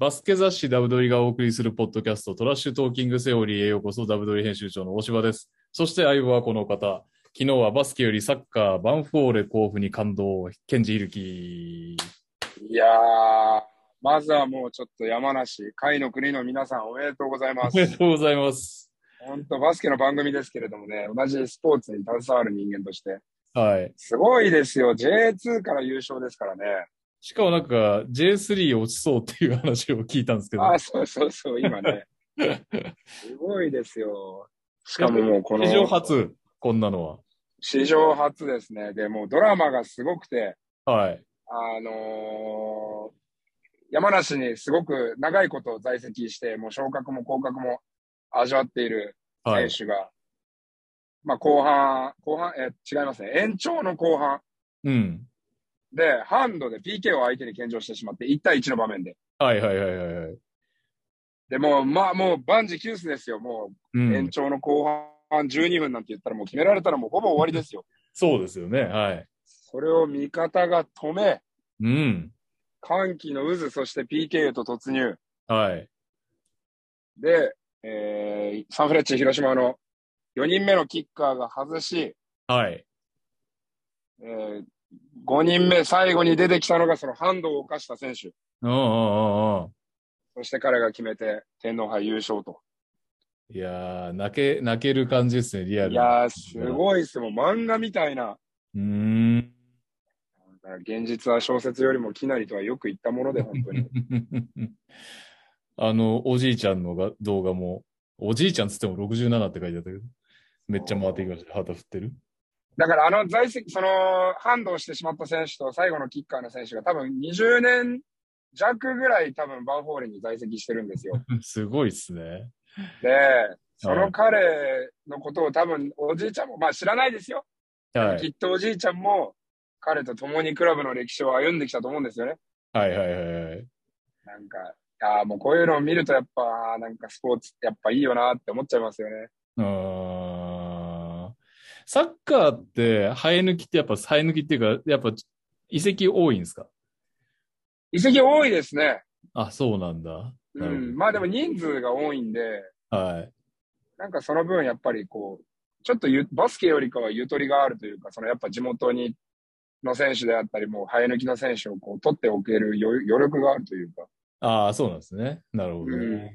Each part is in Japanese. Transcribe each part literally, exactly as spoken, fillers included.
バスケ雑誌ダブドリがお送りするポッドキャストトラッシュトーキングセオリーへようこそ。ダブドリ編集長の大柴です。そして相棒はこの方。昨日はバスケよりサッカー、バンフォーレ甲府に感動、ケンジイルキ。 いやー、まずはもうちょっと山梨、甲斐の国の皆さんおめでとうございま。 おめですとうございます。 本当バスケの番組ですけれどもね、同じスポーツに携わる人間として。 はい。 すごいですよ。ジェイツー から優勝ですからね。 しかもなんか ジェイスリー 落ちそうっていう話を聞いたんですけど。 あ、そうそうそう、今ね。すごいですよ。しかももうこの。 史上初、こんなのは。 史上初ですね。で、もうドラマがすごくて。 はい。 あのー、山梨にすごく長いこと在籍して、もう昇格も降格も味わっている選手が、はい、まあ後半、後半、え、違いますね。延長の後半。 うん。 で、ハンドで ピーケー を相手に献上してしまって、いち対いちの場面で。 はいはいはいはいはい。 で、もう、まあもう万事休すですよ。もう、延長の後半じゅうにふんなんて言ったらもう決められたらもうほぼ終わりですよ。 そうですよね。はい。 それを味方が止め、 うん。 歓喜の渦、そして ピーケー へと突入。 はい。 で、えー、サンフレッチェ広島のよにんめのキッカーが外し、 はい。 えー、ごにんめ、最後に出てきたのがそのハンドを犯した選手。 うんうんうんうん。 そして彼が決めて天皇杯優勝と。 いやー、泣け、泣ける感じですね、リアルに。 いやー、すごいっす。もう漫画みたいな。 うーん。 現実は小説よりもきなりとはよく言ったもので、本当に。 あの、おじいちゃんのが動画も、おじいちゃんつってもろくじゅうななって書いてあったけど、めっちゃ回ってきました。旗振ってる。 だからあの在籍、その、ハンドをしてしまった選手と最後のキッカーの選手が多分にじゅうねん弱ぐらい多分バンフォーレに在籍してるんですよ。 すごいっすね。 で、その彼のことを多分おじいちゃんも、まあ知らないですよ。でもきっとおじいちゃんも彼と共にクラブの歴史を歩んできたと思うんですよね。 はいはいはいはい。 なんか、ああ、もうこういうのを見るとやっぱ、なんかスポーツってやっぱいいよなって思っちゃいますよね。 うーん。サッカーって、生え抜きってやっぱ生え抜きっていうか、やっぱ移籍多いんですか？ 移籍多いですね。 あ、そうなんだ。 うん。まあでも人数が多いんで、 はい。 なんかその分やっぱりこう、ちょっとゆバスケよりかはゆとりがあるというか、そのやっぱ地元にの選手であったり、もう生え抜きの選手をこう取っておける余余力があるというか。 ああ、そうなんですね。なるほどね。 うん。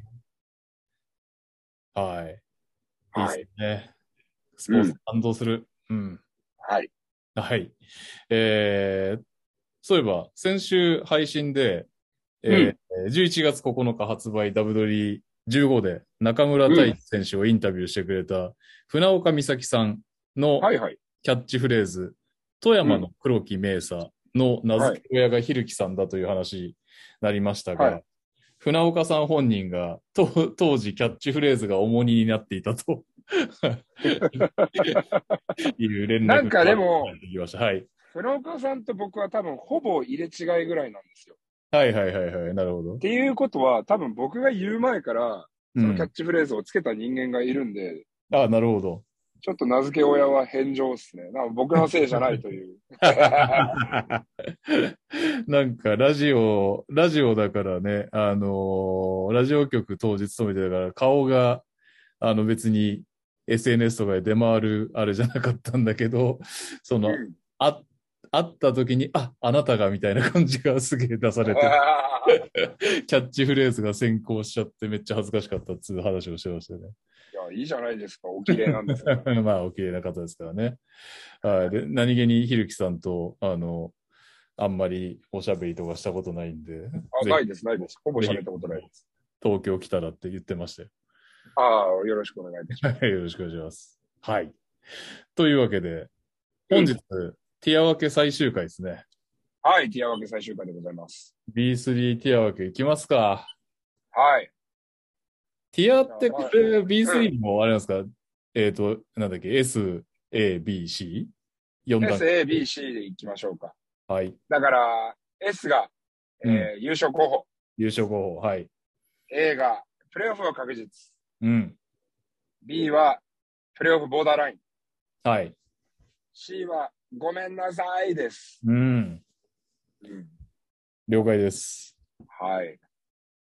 はい。いいっすはい。 ね。スポーツうん。 感動する。うん。 はい。 はい。えー、そういえば、先週配信で、 うん。 えー、じゅういちがつここのか発売ダブドリじゅうごで中村うん。 太一選手をインタビューしてくれた船岡美咲さんのはいはい。 キャッチフレーズ、富うん。 山の黒木名佐の名はい。 付け親がひるきさんだという話になりましたが、 はい。 船岡さん本人がと当時キャッチフレーズが重荷になっていたという連なんかで絡が入も、 ってきました。はい。 船岡さんと僕は多分ほぼ入れ違いぐらいなんですよ。 はいはいはいはい。なるほど。 っていうことは、多分僕が言う前から、そのキャッうん。 チフレーズをつけた人間がいるんで、 あ、なるほど。 ちょっと名付け親は返上っすね。なんか僕のせいじゃないという。 なんか、ラジオ、ラジオだからね、あのーラジオ局当日勤めてたから、顔が、あの別に エスエヌエス とかで出回るあれじゃなかったんだけど、その、 うん。 あ、会った時に、あ、あなたがみたいな感じがすげえ出されて、キャッチフレーズが先行しちゃってめっちゃ恥ずかしかったっつう話をしてましたね。 いや、いいじゃないですか。お綺麗なんですから。 まあ、お綺麗な方ですからね。はい。で、何気にひるきさんと、あの、あんまりおしゃべりとかしたことないんで、 あ、 ぜないです、ないです。ほぼひ、ぜひ、 喋ったことないです。 東京来たらって言ってましたよ。 ああ、よろしくお願いいたします。 はい、よろしくお願いします。はい。というわけで、本日、 うん。 ティア分け最終回ですね。 はい、ティア分け最終回でございます。 ビースリー ティア分けいきますか。 はい。 ティアじゃあ、 ってこまあ、 れうん。 ビースリー もあれなんですか？えっと、なんだっけ？ S、A、B、C?よん 段 S、A、B、C でいきましょうか。 はい。 だから、S が、 うん。 えー優勝候補。 優勝候補。はい。 A が、プレーオフは確実。 うん。 B は、プレーオフボーダーライン。 はい。 C は、ごめんなさいです。 うん。 うん。 了解です。 はい。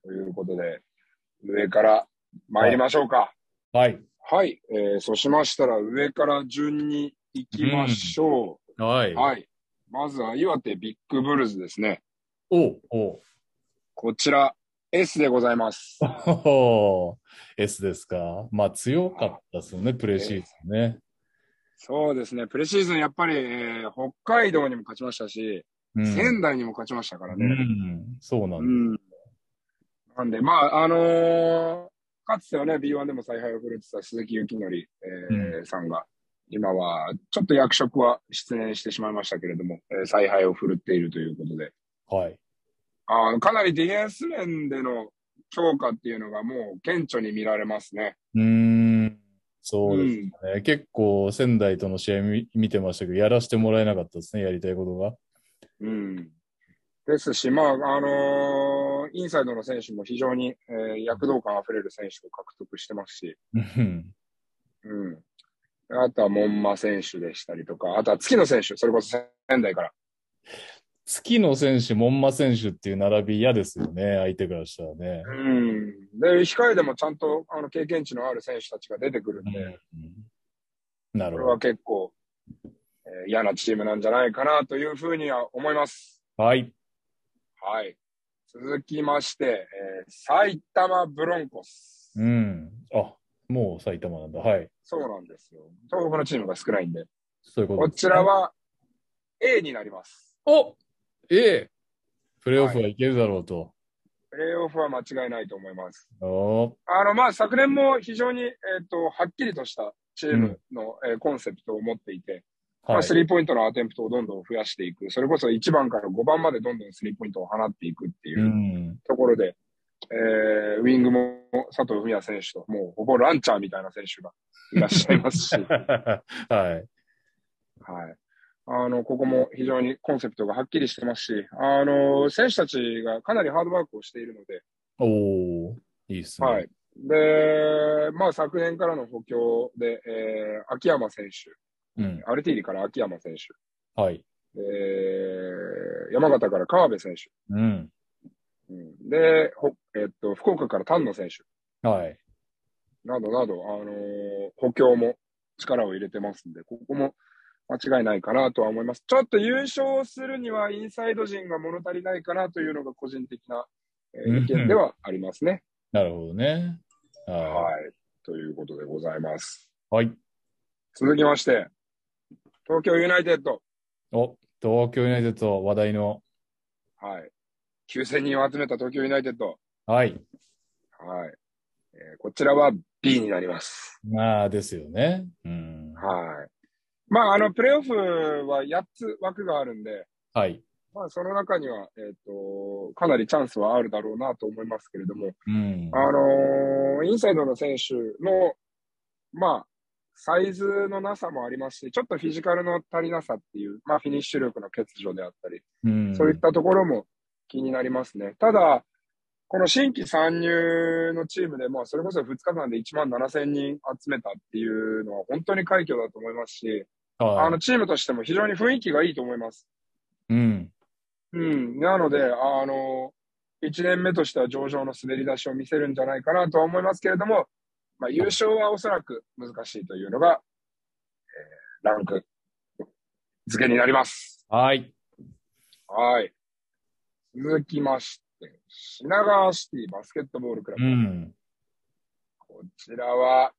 ということで、上から参りましょうか。 はい。 はい。えー、そうしましたら、上から順に行きましょう。 うん、はい。 はい。まずは、岩手ビッグブルズですね。 おお。 こちら、S でございます。 お S ですか。まあ、強かったですよね、プレシーズンね。 そうですね。プレシーズン、やっぱり、えー、北海道にも勝ちましたし、 うん。 仙台にも勝ちましたからうね。 ん。そうなうんです。 ん。なんで、まあ、あのーかつてはね、ビーワン でも采配を振るってた鈴木幸則、 うん。 えーさんが、今は、ちょっと役職は失念してしまいましたけれども、えー采配を振るっているということで、 はい。 あの、かなりディフェンス面での強化っていうのがもう顕著に見られますね。 うーん。そうですうん。 ね。結構仙台との試合見、見てましたけど、やらせてもらえなかったですね、やりたいことが。 うん。ですし、まあ、あのーインサイドの選手も非常に、えー躍動感あふれる選手を獲得してますし、 うん。 うん。あとは、門馬選手でしたりとか、あとは月野選手、それこそ仙台から。 月野選手、門馬選手っていう並び嫌ですよね、相手からしたらね。 うん。で、控えでもちゃんと、あの、経験値のある選手たちが出てくるんで、 うん。なるほこれは結構、えー嫌なチームなんじゃないかなというふうには思います。 ど。はい。 はい。続きまして、えー埼玉ブロンコス。 うん。あ、もう埼玉なんだ。はい。 そうなんですよ。東北のチームが少ないんで。 そういうことこですね。 ちらは A になります。 お、ええ、プレーオはい。 フはいけるだろうと。 プレーオフは間違いないと思います。 おー、 あの、まあ、昨年も非常に、えっと、はっきりとしたチーうん。 ムの、えーコンセプトを持っていて、まあ、 はい。 スリーポイントのアテンプトをどんどん増やしていく。それこそいちばんからごばんまでどんどんスリーポイントを放っていくってういうん。 ところで、えー、ウィングも佐藤文也選手と、もうほぼランチャーみたいな選手がいらっしゃいますし、 はい。 はい。あの、ここも非常にコンセプトがはっきりしてますし、あの、選手たちがかなりハードワークをしているので、 おー、いいっすね。 はい。で、まあ昨年からの補強で、えー、秋山選手、 うん。 アルティーリから秋山選手、 はい。 えー、山形から川辺選手、 うん。 うん、で、ほえっと、福岡から丹野選手、 はい。 などなど、あのー補強も力を入れてますんで、ここも間違いないかなとは思います。ちょっと優勝するにはインサイド陣が物足りないかなというのが個人的な、えー意見でうん。 はありますね。 なるほどね。はい。 はい。ということでございます。 はい。 続きまして、東京ユナイテッド。 お、東京ユナイテッド話題の。 はい。きゅうせんにんを集めた東京ユナイテッド。 はい。 はい。えーこちらは B になります。 まあ、ですよね。うん。 はい。まあ、あの、プレイオフはやっつ枠があるんで、 はい。 まあ、その中には、えっと、かなりチャンスはあるだろうなと思いますけれども、 うあん。 のーインサイドの選手の、まあ、サイズのなさもありますし、ちょっとフィジカルの足りなさっていう、まあ、フィニッシュ力の欠如であったり、 うん。 そういったところも気になりますね。ただ、この新規参入のチームでも、それこそふつかかんでいちまんななせんにん集めたっていうのは本当に快挙だと思いますし、あの、 はい。 チームとしても非常に雰囲気がいいと思います。 うん。 うん。なので、あの、いちねんめとしては上々の滑り出しを見せるんじゃないかなとは思いますけれども、まあ、優勝はおそらく難しいというのが、ランク付けになります。 はい。 はい。続きまして、品川シティバスケットボールクラうブ。 ん。 こちらは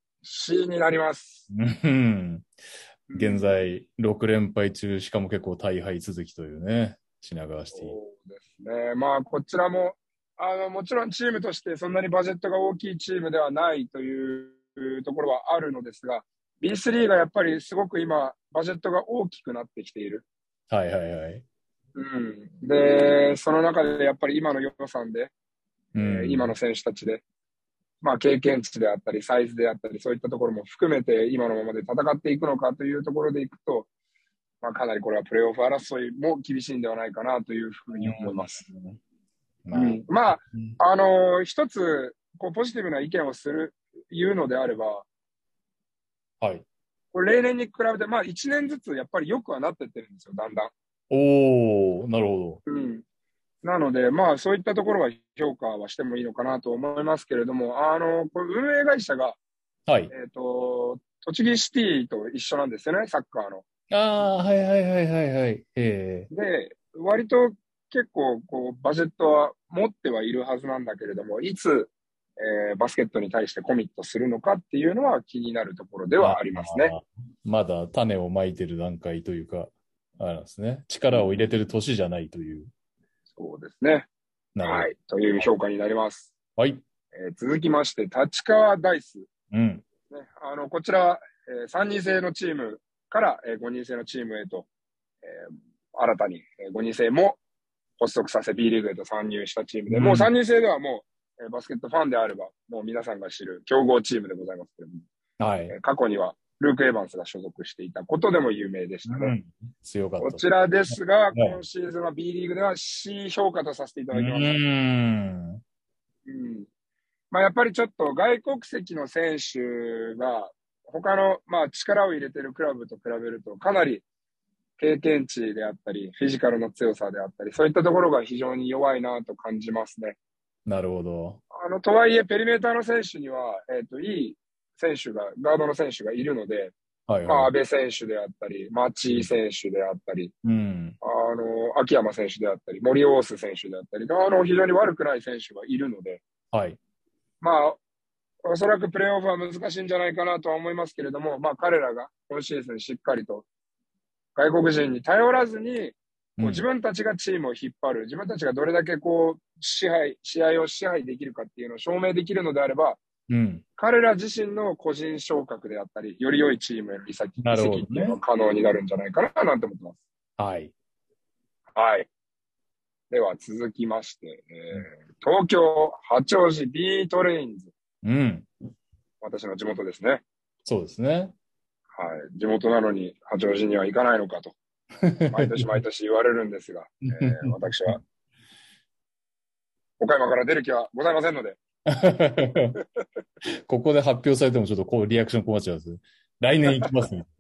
C になります。 うん。 うん、 現在ろく連敗中、しかも結構大敗続きというね。品川シティ。 そうですね。まあ、こちらも、あの、もちろんチームとしてそんなにバジェットが大きいチームではないというところはあるのですが、ビースリー がやっぱりすごく今、バジェットが大きくなってきている。 はいはいはい。 うん。で、その中でやっぱり今の予算で、 うえー今のん。 選手たちで、まあ経験値であったり、サイズであったり、そういったところも含めて今のままで戦っていくのかというところでいくと、まあかなりこれはプレーオフ争いも厳しいんではないかなというふうに思います。 うん、まあ、 うん。まあ、あのー一つ、こう、ポジティブな意見をする、言うのであれば、 はい。 これ例年に比べて、まあ、一年ずつやっぱり良くはなってってるんですよ、だんだん。 おー、なるほど。 うん。ななので、まあ、そういったところは評価はしてもいいのかなと思いますけれども、あの、これ運営会社が、 はい。 えっと、栃木シティと一緒なんですよね、サッカーの。 ああ、はいはいはいはいはい。ええで、割と結構、こう、バジェットは持ってはいるはずなんだけれども、いつ、えーバスケットに対してコミットするのかっていうのは気になるところであはありますね。 あ、まだ種をまいてる段階というか、あれなんですね。力を入れてる年じゃないという。 そうですね。 なるほど。 はい。という評価になります。 はい。 えー続きまして、立川ダイス。 うん。 ね、あの、こちら、えーさんにん制のチームから、えーごにん制のチームへと、えー新たにえーごにん制も発足させ B リーグへと参入したチームで、もううん。 さんにん制ではもう、えーバスケットファンであれば、もう皆さんが知る強豪チームでございますけれども、 はい。 えー過去にはルーク・エヴァンスが所属していたことでも有名でしたね。 うん。強かった。 こちらですが、 はい。 今シーズンは B リーグでは C 評価とさせていたうだきます。 ーん。 うん。まあ、やっぱりちょっと外国籍の選手が他の、まあ、力を入れてるクラブと比べるとかなり経験値であったり、フィジカルの強さであったり、そういったところが非常に弱いなと感じますね。 なるほど。 あの、とはいえ、ペリメーターの選手には、えっと、いい選手が、ガードの選手がいるので、まあ、 はいはい。 安倍選手であったり、町井選手であったり、 うん。 あの、秋山選手であったり、森大須選手であったり、あの、非常に悪くない選手がいるので、 はい。 まあ、おそらくプレーオフは難しいんじゃないかなとは思いますけれども、まあ彼らが今シーズンしっかりと外国人に頼らずに、こう自うん。 分たちがチームを引っ張る、自分たちがどれだけこう支配、試合を支配できるかっていうのを証明できるのであれば、 うん。 彼ら自身の個人昇格であったり、より良いチームへの移籍移なるほどね。 籍っていうのは可能になるんじゃないかななんて思ってます。 はい。 はい。では続きまして、えー、東京八王子 B トレインズ。 うん。 私の地元ですね。 そうですね。 はい。地元なのに八王子には行かないのかと、毎年毎年言われるんですが、えー、私は岡山から出る気はございませんので。 ここで発表されてもちょっとこうリアクション困っちゃうんです。来年行きますね。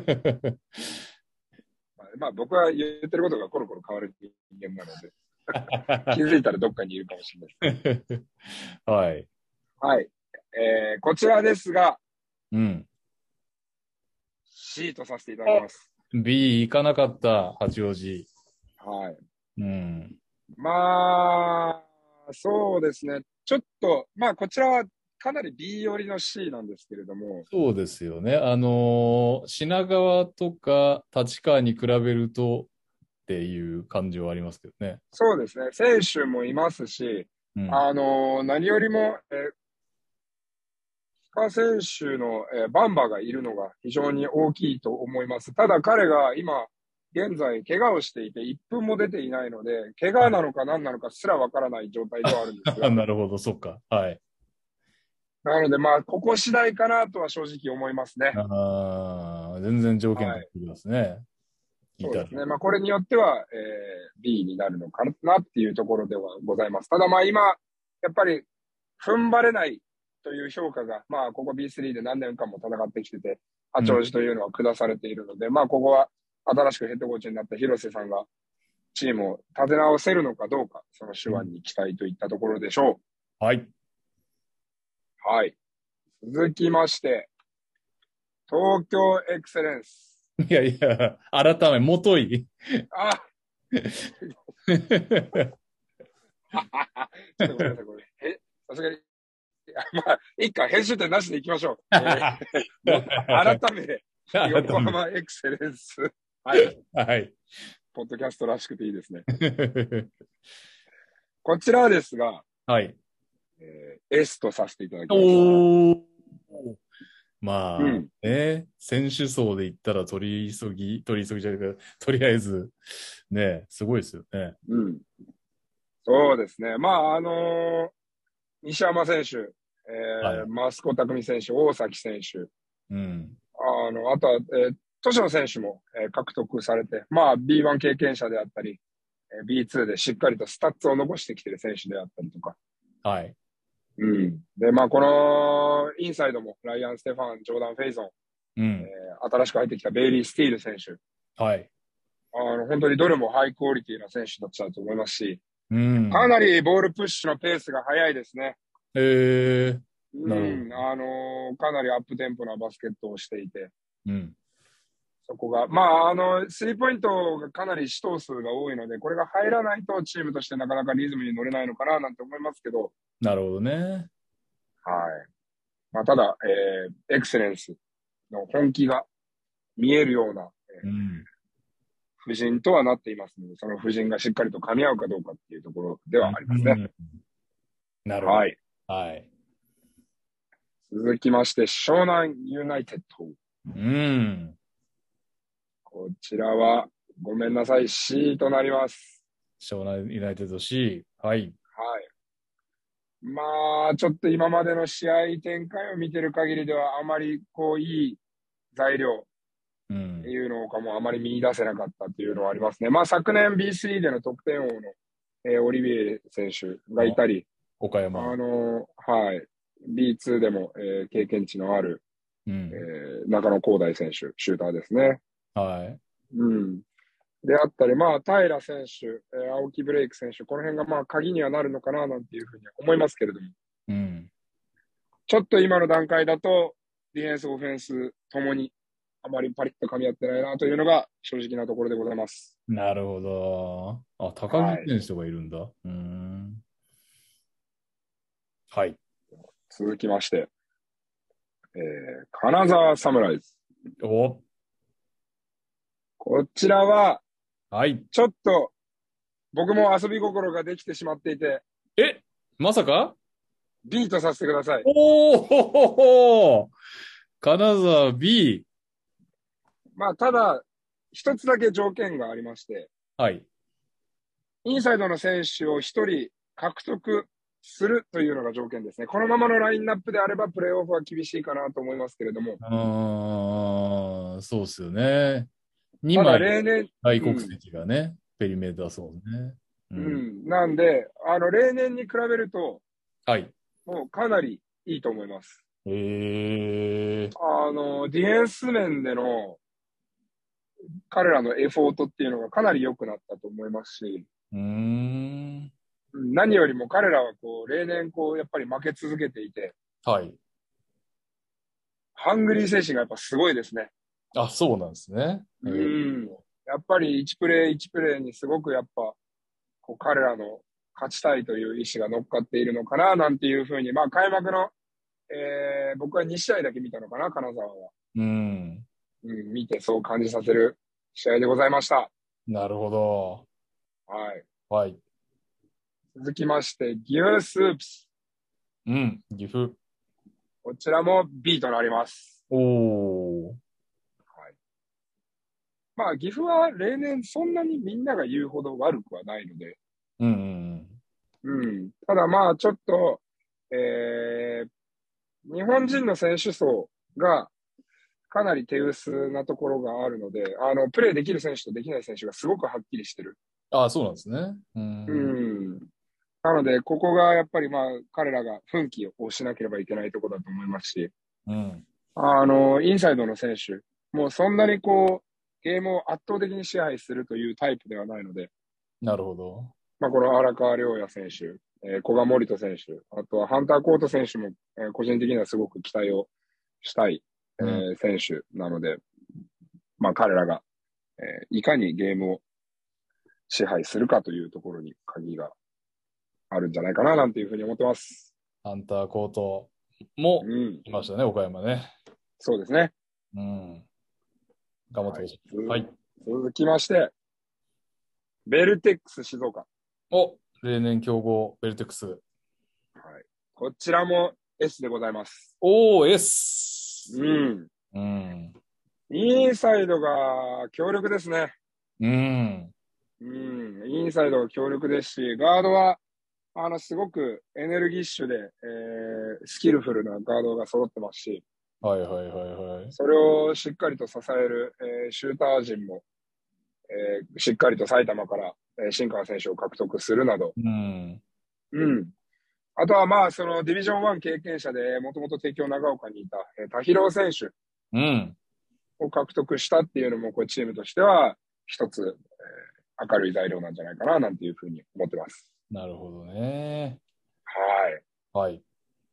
まあ僕は言ってることがコロコロ変わる人間なので、気づいたらどっかにいるかもしれないです。 はい。 はい。えー、こちらですが、 うん。 C とさせていただきます。 B 行かなかった、八王子。 はい。 うん。 まあ、そうですね。ちょっと、まあこちらはかなり B 寄りの C なんですけれども。 そうですよね。あのー品川とか立川に比べるとっていう感じはありますけどね。 そうですね。選手もいますし、 うん。 あのー何よりも、えー川選手の、えーバンバがいるのが非常に大きいと思います。ただ彼が今、現在、怪我をしていて、いっぷんも出ていないので、怪我なのか何なのかすらわからない状態ではあるんですが、 なるほど、そっか。はい。 なので、まあ、ここ次第かなとは正直思いますね。 ああ、全然条件はい。 変わってきますね。いたら。 そうですね。まあ、これによっては、えー、B になるのかなっていうところではございます。ただ、まあ、今、やっぱり、踏ん張れないという評価が、まあ、ここ ビースリー で何年間も戦ってきてて、八王子というのは下されているので、まあ、ここは新しくヘッドコーチになった広瀬さんが、チームを立て直せるのかどうか、その手腕に期待といったところでしょはい。 う。はい。続きまして、東京エクセレンス。 いやいや、改め、もとい。 あちょっとごめんなさい、これ。え、さすがに。まあ、一回編集点なしでいきましょう。えー、改め、横浜エクセレンス。はい。 はい。 ポッドキャストらしくていいですね。こちらですが、 はい。 えー、S とさせていただきます。 おー。まあ、 うん、 ね、選手層で言ったら取り急ぎ、取り急ぎじゃないか、とりあえず、ね、すごいですよね。 うん。そうですね。まあ、あのー、西山選手、 はい。 えー、増子匠選手、大崎選手、 うん。 あの、あとは、えー、都野選手も、えー、獲得されて、まあ、ビーワン 経験者であったり、えー、ビーツー でしっかりとスタッツを残してきている選手であったりとか。 はい。 うん。で、まあ、この、インサイドも、ライアン・ステファン、ジョーダン・フェイゾン、 うん。 えー、新しく入ってきたベイリー・スティール選手。 はい。 あの、本当にどれもハイクオリティな選手たちだと思いますし、 うん。 かなりボールプッシュのペースが速いですね。 えー、 うなるほん、あのーかなりアップテンポなバスケットをしていて、 ど。うん。 そこが、まあ、あの、スリーポイントがかなり試投数が多いので、これが入らないとチームとしてなかなかリズムに乗れないのかななんて思いますけど、 なるほどね。 はい。まあ、ただ、えー、エクセレンスの本気が見えるような、えー、 うん。 布陣とはなっていますので、その布陣がしっかりと噛み合うかどうかっていうところではありますね。 うん、なるほど。 はい。 はい。 続きまして、湘南ユナイテッド。 うん。 こちらは、ごめんなさい、C となります。 湘南ユナイテッド C。はい。 はい。まあ、ちょっと今までの試合展開を見てる限りでは、あまりこう、いい材料うってん。 いうのかもあまり見出せなかったっていうのはありますね。まあ、昨年 ビースリー での得点王の、えーオリビエ選手がいたり、 岡山。 あのーはい。ビーツー でも、えー経験値のある、えうん。 ー中野光大選手、シューターですね。 はい。 うん。であったり、まあ、平選手、えー青木ブレイク選手、この辺がまあ、鍵にはなるのかな、なんていうふうに思いますけれども。 うん。 ちょっと今の段階だと、ディフェンス、オフェンスともに、あまりパリッと噛み合ってないなというのが正直なところでございます。 なるほど。あ、高木はい。 選手がいるんだ。うーん。はい。 続きまして、えー、金沢サムライズ。 お、 こちらは、 はい。 ちょっと、僕も遊び心ができてしまっていて、 え、まさか？ B とさせてください。 おーほほほー、金沢 B。 まあ、ただ、一つだけ条件がありまして、 はい。 インサイドの選手を一人獲得するというのが条件ですね。このままのラインナップであれば、プレーオフは厳しいかなと思いますけれども、 あー、そうっすよね。 ただにまい例年、 外国うん、 籍がね、ペリメーターそうね。ううん。 ん、なんで、あの、例年に比べると、 はい。 もうかなりいいと思います。 えー。 あの、ディフェンス面での彼らのエフォートっていうのがかなり良くなったと思いますし、 うーん。 何よりも彼らはこう、例年こう、やっぱり負け続けていて、 はい。 ハングリー精神がやっぱすごいですね。 あ、そうなんですね。えうー、 ん。やっぱりいちプレーいちプレーにすごくやっぱ、こう彼らの勝ちたいという意志が乗っかっているのかな、なんていうふうに、まあ開幕の、えー、僕はに試合だけ見たのかな、金沢は。 うん。 うん、見てそう感じさせる試合でございました。 なるほど。 はい。 はい。 続きまして、ギブスープス。 うん。岐阜。 こちらも B となります。 おー。 はい。まあ、岐阜は例年そんなにみんなが言うほど悪くはないので、 うん。 うん。ただまあ、ちょっと、えー、日本人の選手層がかなり手薄なところがあるので、あの、プレーできる選手とできない選手がすごくはっきりしてる。 あ、そうなんですね。ううん。 ん。なので、ここがやっぱりまあ、彼らが奮起をしなければいけないところだと思いますし、 うん。 あの、インサイドの選手、もうそんなにこう、ゲームを圧倒的に支配するというタイプではないので、 なるほど。 まあ、この荒川亮也選手、えー、古賀森人選手、あとはハンター・コート選手も、えー、個人的にはすごく期待をしたい、えうん。 ー、選手なので、まあ、彼らが、えー、いかにゲームを支配するかというところに鍵があるんじゃないかな、なんていうふうに思ってます。 ハンターコートもうん。 いましたね、岡山ね。 そうですね。 うん。頑張ってはい。 ほしい。はい。 続きまして、ベルテックス静岡。 お、例年強豪、ベルテックス。 はい。こちらも S でございます。 おー、S。 うん。 うん。 インサイドが強力ですね。 うん。 うん。インサイドが強力ですし、ガードは、あの、すごくエネルギッシュで、えー、スキルフルなガードが揃ってますし、 はいはいはいはい。 それをしっかりと支える、えー、シューター陣も、えー、しっかりと埼玉から、えー、新川選手を獲得するなど、 うん。 うん。あとはまあ、そのディビジョンワン経験者で、もともと帝京長岡にいた、えー、田広選手うん。 を獲得したっていうのも、これチームとしては、一つ、えー、明るい材料なんじゃないかな、なんていうふうに思ってます。 なるほどね。 はい。 はい。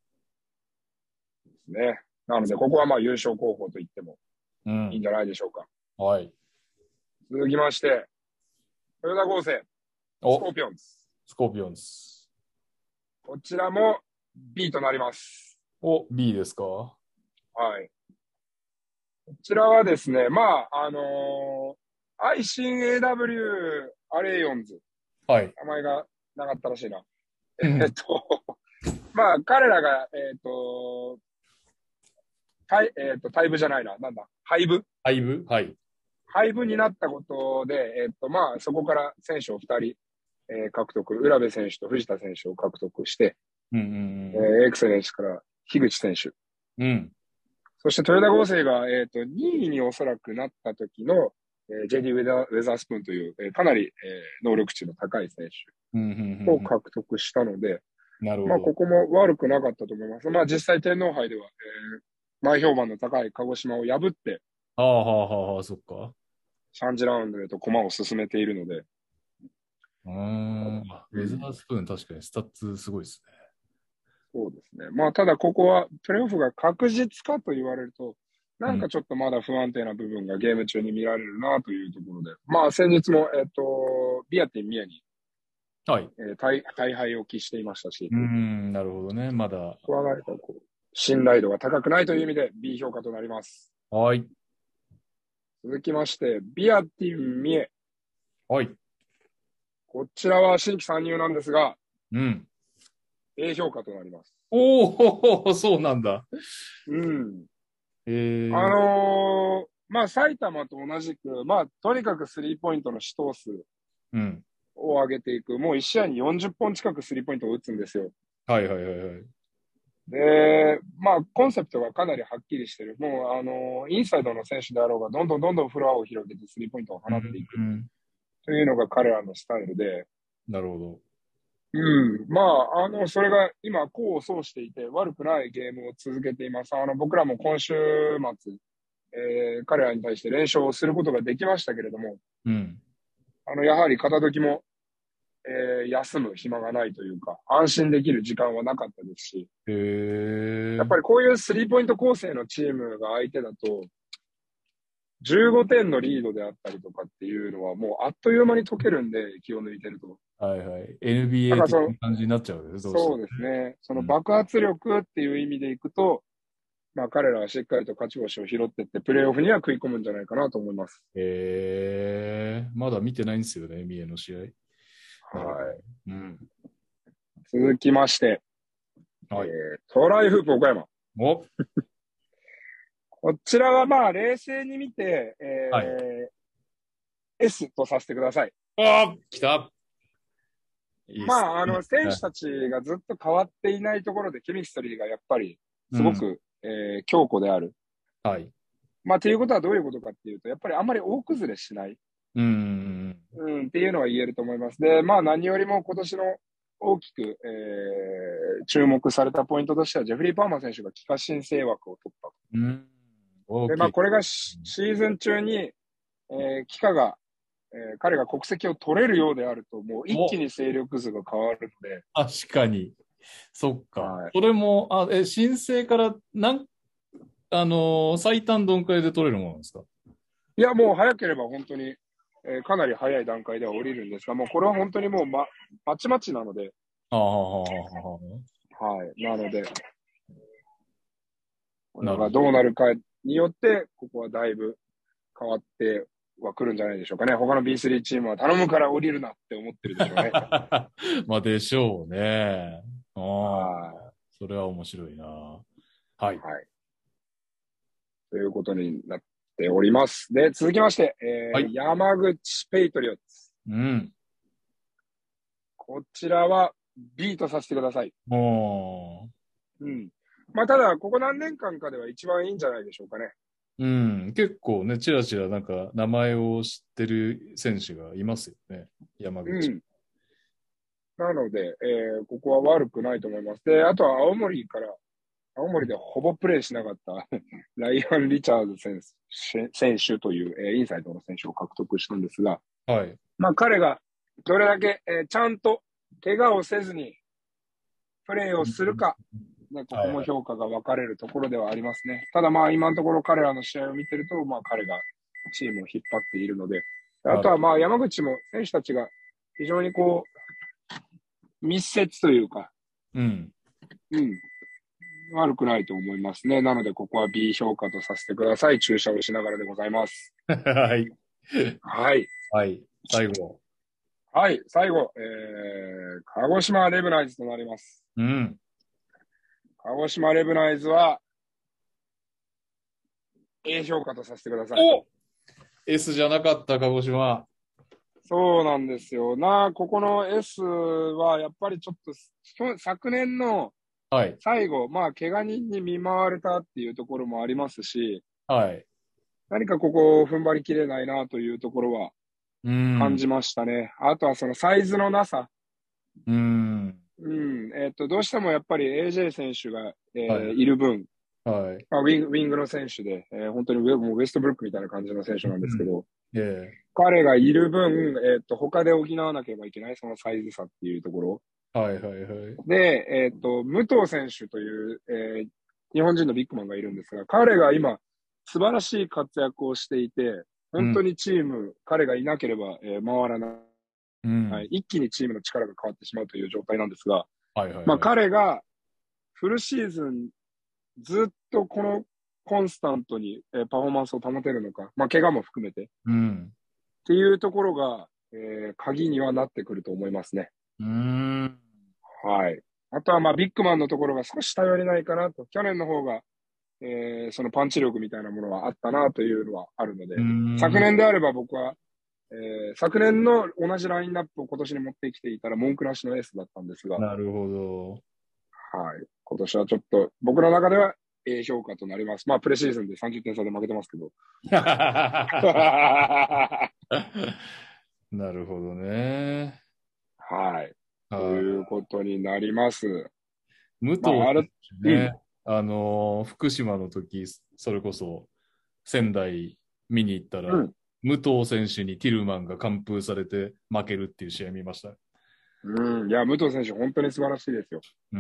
ですね。なので、ここはまあ優勝候補と言ってもうん。 いいんじゃないでしょうか。 はい。 続きまして、トヨタ合成、スコお、 ーピオンズ。 スコーピオンズ。 こちらも B となります。 お、B ですか？ はい。こちらはですね、まあ、あのー、アイシン エーダブリュー アレイオンズ。 はい。 名前がなかったらしいな。 うん。 えっと、まあ、彼らが、えっと、タイ、えっと、タイブじゃないな。なんだ。ハイブハイブはい。 ハイブになったことで、えっと、まあ、そこから選手をふたり、えー獲得、浦部選手と藤田選手を獲得して、 うんうえんーエクセレンスから樋口選手。 うん。うん。 そしてトヨタ合成が、えっと、にいにおそらくなった時の、えー、ジェディ・ウェザー、ウェザースプーンという、えーかなり、えー能力値の高い選うんうんう手をんうん。 獲得したので、まあ、 なるほど。 ここも悪くなかったと思います。まあ、実際天皇杯では、えー前評判の高い鹿児島を破って、 はあはあはあはあ、そっか。 さん次ラウンドへと駒を進めているので、 うーん。ウェザうん、 ースプーン確かにスタッツすごいですそうですね。まあ、ただここは、プレーオフが確実かと言われると、なね。うん。 んかちょっとまだ不安定な部分がゲーム中に見られるなというところで、まあ、先日も、えっと、ビアティン・ミアに、 はい。 えー大、大敗を喫していましたし、 うーん、なるほどね。まだ。 ここは何かこう、信頼度が高くないという意味で B 評価となります。 はい。 続きまして、ビアティン・ミエ。 はい。 こちらは新規参入なんですが、 うん。 A 評価となります。 おお、そうなんだ。 うん。 えあー、 のーまあ、埼玉と同じく、まあ、とにかくスリーポイントの試投数うん。 を上げていく。もういち試合によんじゅっぽん近くスリーポイントを打つんですよ。 はいはいはいはい。 で、まあ、コンセプトがかなりはっきりしてる。もう、あのーインサイドの選手であろうが、どんどんどんどんフロアを広げてスリーポイントをうん、 放っていくうん。 というのが彼らのスタイルで、 なるほど。 うん。まあ、あの、それが今、功を奏していて、悪くないゲームを続けています。あの、僕らも今週末、えー彼らに対して連勝をすることができましたけれども、 うん。 あの、やはり片時も、えー休む暇がないというか、安心できる時間はなかったですし、 へえ。 やっぱりこういうスリーポイント構成のチームが相手だと、じゅうごてんのリードであったりとかっていうのはもうあっという間に解けるんで、気を抜いてると。 はいはい。エヌビーエー 的だからその、 な感じになっちゃうよね、どうしても。 そうですね。そのうん。 爆発力っていう意味でいくと、まあ彼らはしっかりと勝ち星を拾っていって、プレーオフには食い込むんじゃないかなと思います。 へえ。まだ見てないんですよね、三重の試合。なるほど。 はい。 うん。 続きまして、えはい。 ー、トライフープ岡山。 お、 こちらはまあ冷静に見て、 はい。 えー、S とさせてください。 あ、来た。いいっすまあ、あね。 の、選手たちがずっと変わっていないところで、ケミストリーがやっぱり、 うん。 すごく、えー強固である。 はい。 まあ、ということはどういうことかっていうと、やっぱりあんまり大崩れしない。 うん。 うん、っていうのは言えると思います。で、まあ、何よりも今年の大きく、えー注目されたポイントとしては、ジェフリー・パーマー選手が帰化申請枠を取ったと。 うん。大で、まあ、 きい。 これがシシーズン中に、えー、帰化が、えー彼が国籍を取れるようであると、もう一気お、 に勢力図が変わるので、 確かに。そっか。 はい。 それも、あ、え、申請から、なん、あのー最短どんくらいで取れるものなんですか？ いや、もう早ければ本当に、えーかなり早い段階では降りるんですが、もうこれは本当にもうま、まちまちなので、 ああ、 はい。なので、これがなるほど。 どうなるかによって、ここはだいぶ変わってはくるんじゃないでしょうかね。他の ビースリー チームは頼むから降りるなって思ってるでしょうね。 まあ、でしょうね。ああ、 はそれは面白いな。はい。 い。はい。ということになっております。で、続きまして、えー、 はい。 山口ペイトリオッツ。 うん。 こちらは B とさせてください。 もうん。まあ、ただ、ここ何年間かでは一番いいんじゃないでしょうかね。 う、うん。結構ね、ちらちらなんか名前を知ってる選手がいますよね。山口。 うん。なので、えーここは悪くないと思います。で、あとは青森から、青森でほぼプレイしなかったライアン・リチャーズ選手選手という、えーインサイドの選手を獲得したんですが、 はい。 まあ彼がどれだけ、えーちゃんと怪我をせずにプレーをするか、ね、ここも評価が分かれるところではありますね。ただまあ今のところ彼らの試合を見てると、まあ彼がチームを引っ張っているので、あとはまあ山口も選手たちが非常にこう、密接というか、 うん。 うん。悪くないと思いますね。なのでここは B 評価とさせてください。注射をしながらでございます。 はい。 はい。 はい。最後。 はい。最後、えー、鹿児島レブナイズとなります。 うん。 鹿児島レブナイズは、A 評価とさせてください。 お !S じゃなかった、鹿児島。 そうなんですよ。な、ここの S は、やっぱりちょっと、昨年の最後、はい、まあ、怪我人に見舞われたっていうところもありますし、 はい。 何かここを踏ん張りきれないなというところは感じましたね。あとはそのサイズのなさ。 うん。 うん。えっ、ー、と、どうしてもやっぱり エージェー 選手が、えーはい、いる分、はい。まあ、ウィング、ウィングの選手で、えー、本当にウェもうウェストブルックみたいな感じの選手なんですけど、うん、yeah. 彼がいる分、えっ、ー、と、他で補わなければいけない、そのサイズ差っていうところ。 はいはいはい。 で、えっ、ー、と、武藤選手という、えー、日本人のビッグマンがいるんですが、彼が今、素晴らしい活躍をしていて、本当にチーム、うん、彼がいなければ、えー、回らない、うんはい。一気にチームの力が変わってしまうという状態なんですが、はいはいはい、まあ彼がフルシーズンずっとこのコンスタントに、えー、パフォーマンスを保てるのか、まあ怪我も含めて、うん、っていうところが、えー、鍵にはなってくると思いますね。 うーんはい。あとはまあビッグマンのところが少し頼りないかなと、去年の方がえー、そのパンチ力みたいなものはあったなというのはあるので、昨年であれば僕は、えー、昨年の同じラインナップを今年に持ってきていたら文句なしのエースだったんですが、 なるほど。 はい。今年はちょっと僕の中では A 評価となります。まあプレシーズンでさんじゅってん差で負けてますけど。 なるほどね。 はい。ということになります。 武藤選手ね、まあ、あのー、福島の時、それこそ仙台見に行ったら、うん、武藤選手にティルマンが完封されて負けるっていう試合見ました。 うん。いや、武藤選手本当に素晴らしいですよ。 うん。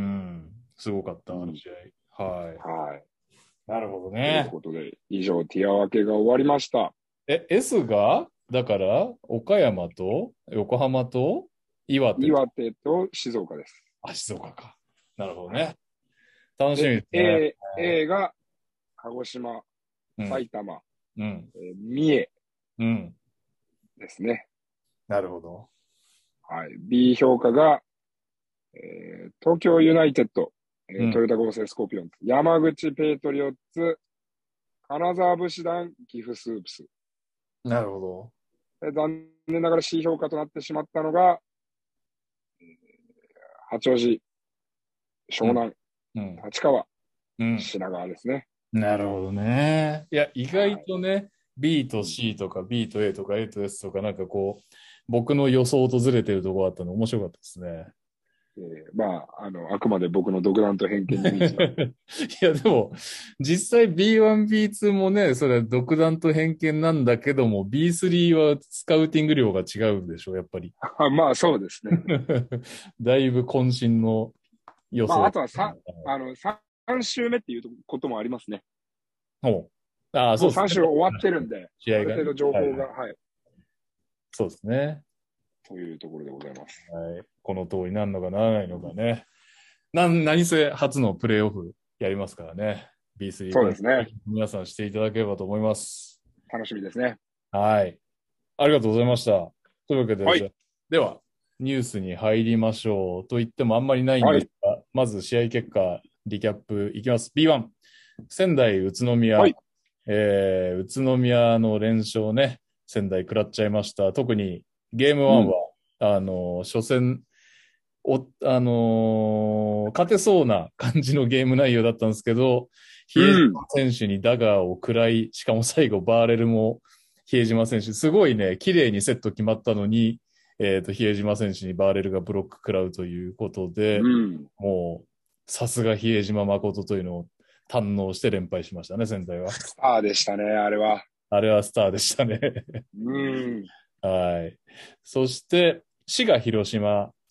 すごかった、あの試合。はい。 はい。 なるほどね。 ということで、以上、ティア分けが終わりました。 え、S が、だから、岡山と、横浜と、岩手。 岩手と静岡です。 あ、静岡か。なるほどね。楽しみですね。 A、A が、鹿児島、埼玉、うん、えー、三重、うん、ですね。 なるほど。 はい。B 評価が、えー、東京ユナイテッド、えーうん、トヨタ合成スコーピオンズ、山口ペイトリオッツ、金沢武士団、岐阜スープス。 なるほど。残念ながら C 評価となってしまったのが、えー、八王子、湘南、うん、立川、うん、品川ですね。 なるほどね。いや、意外とね、はい、B と C とか B と A とか A と S とかなんかこう、僕の予想とずれてるところあったの面白かったですね。 えー、まあ、あの、あくまで僕の独断と偏見に満ちた。 いや、でも、実際 ビーワン、ビーツー もね、それは独断と偏見なんだけども、ビースリー はスカウティング量が違うんでしょ、やっぱり。 まあ、そうですね。 だいぶ渾身の予想。 まあ、あとはさ、あの、さん週目っていうこともありますね。 ほう。ああ、そうですね。 もうさん週終わってるんで、 試合が、 ある程度情報が、はい、はい。 そうですね。 というところでございます。 はい。この通りになるのかならないのかね。な、何せ初のプレーオフやりますからね。ビースリー。 そうですね。 皆さんしていただければと思います。 楽しみですね。 はい。ありがとうございました。というわけで、 はい、 では、ニュースに入りましょう。と言ってもあんまりないんですが、はい、まず試合結果、リキャップいきます。ビーワン。仙台、宇都宮。はい、えー、宇都宮の連勝ね、仙台食らっちゃいました。特にゲームワンは、うん、あの、初戦、お、あのー、勝てそうな感じのゲーム内容だったんですけど、比江島選手にダガーを食らい、しかも最後バーレルも比江島選手、すごいね、綺麗にセット決まったのに、えっと、比江島選手にバーレルがブロック食らうということで、うん、もう、さすが比江島誠というのを堪能して連敗しましたね、仙台は。 スターでしたね、あれは。 あれはスターでしたね。 うん。 はい。そして、滋賀、広島。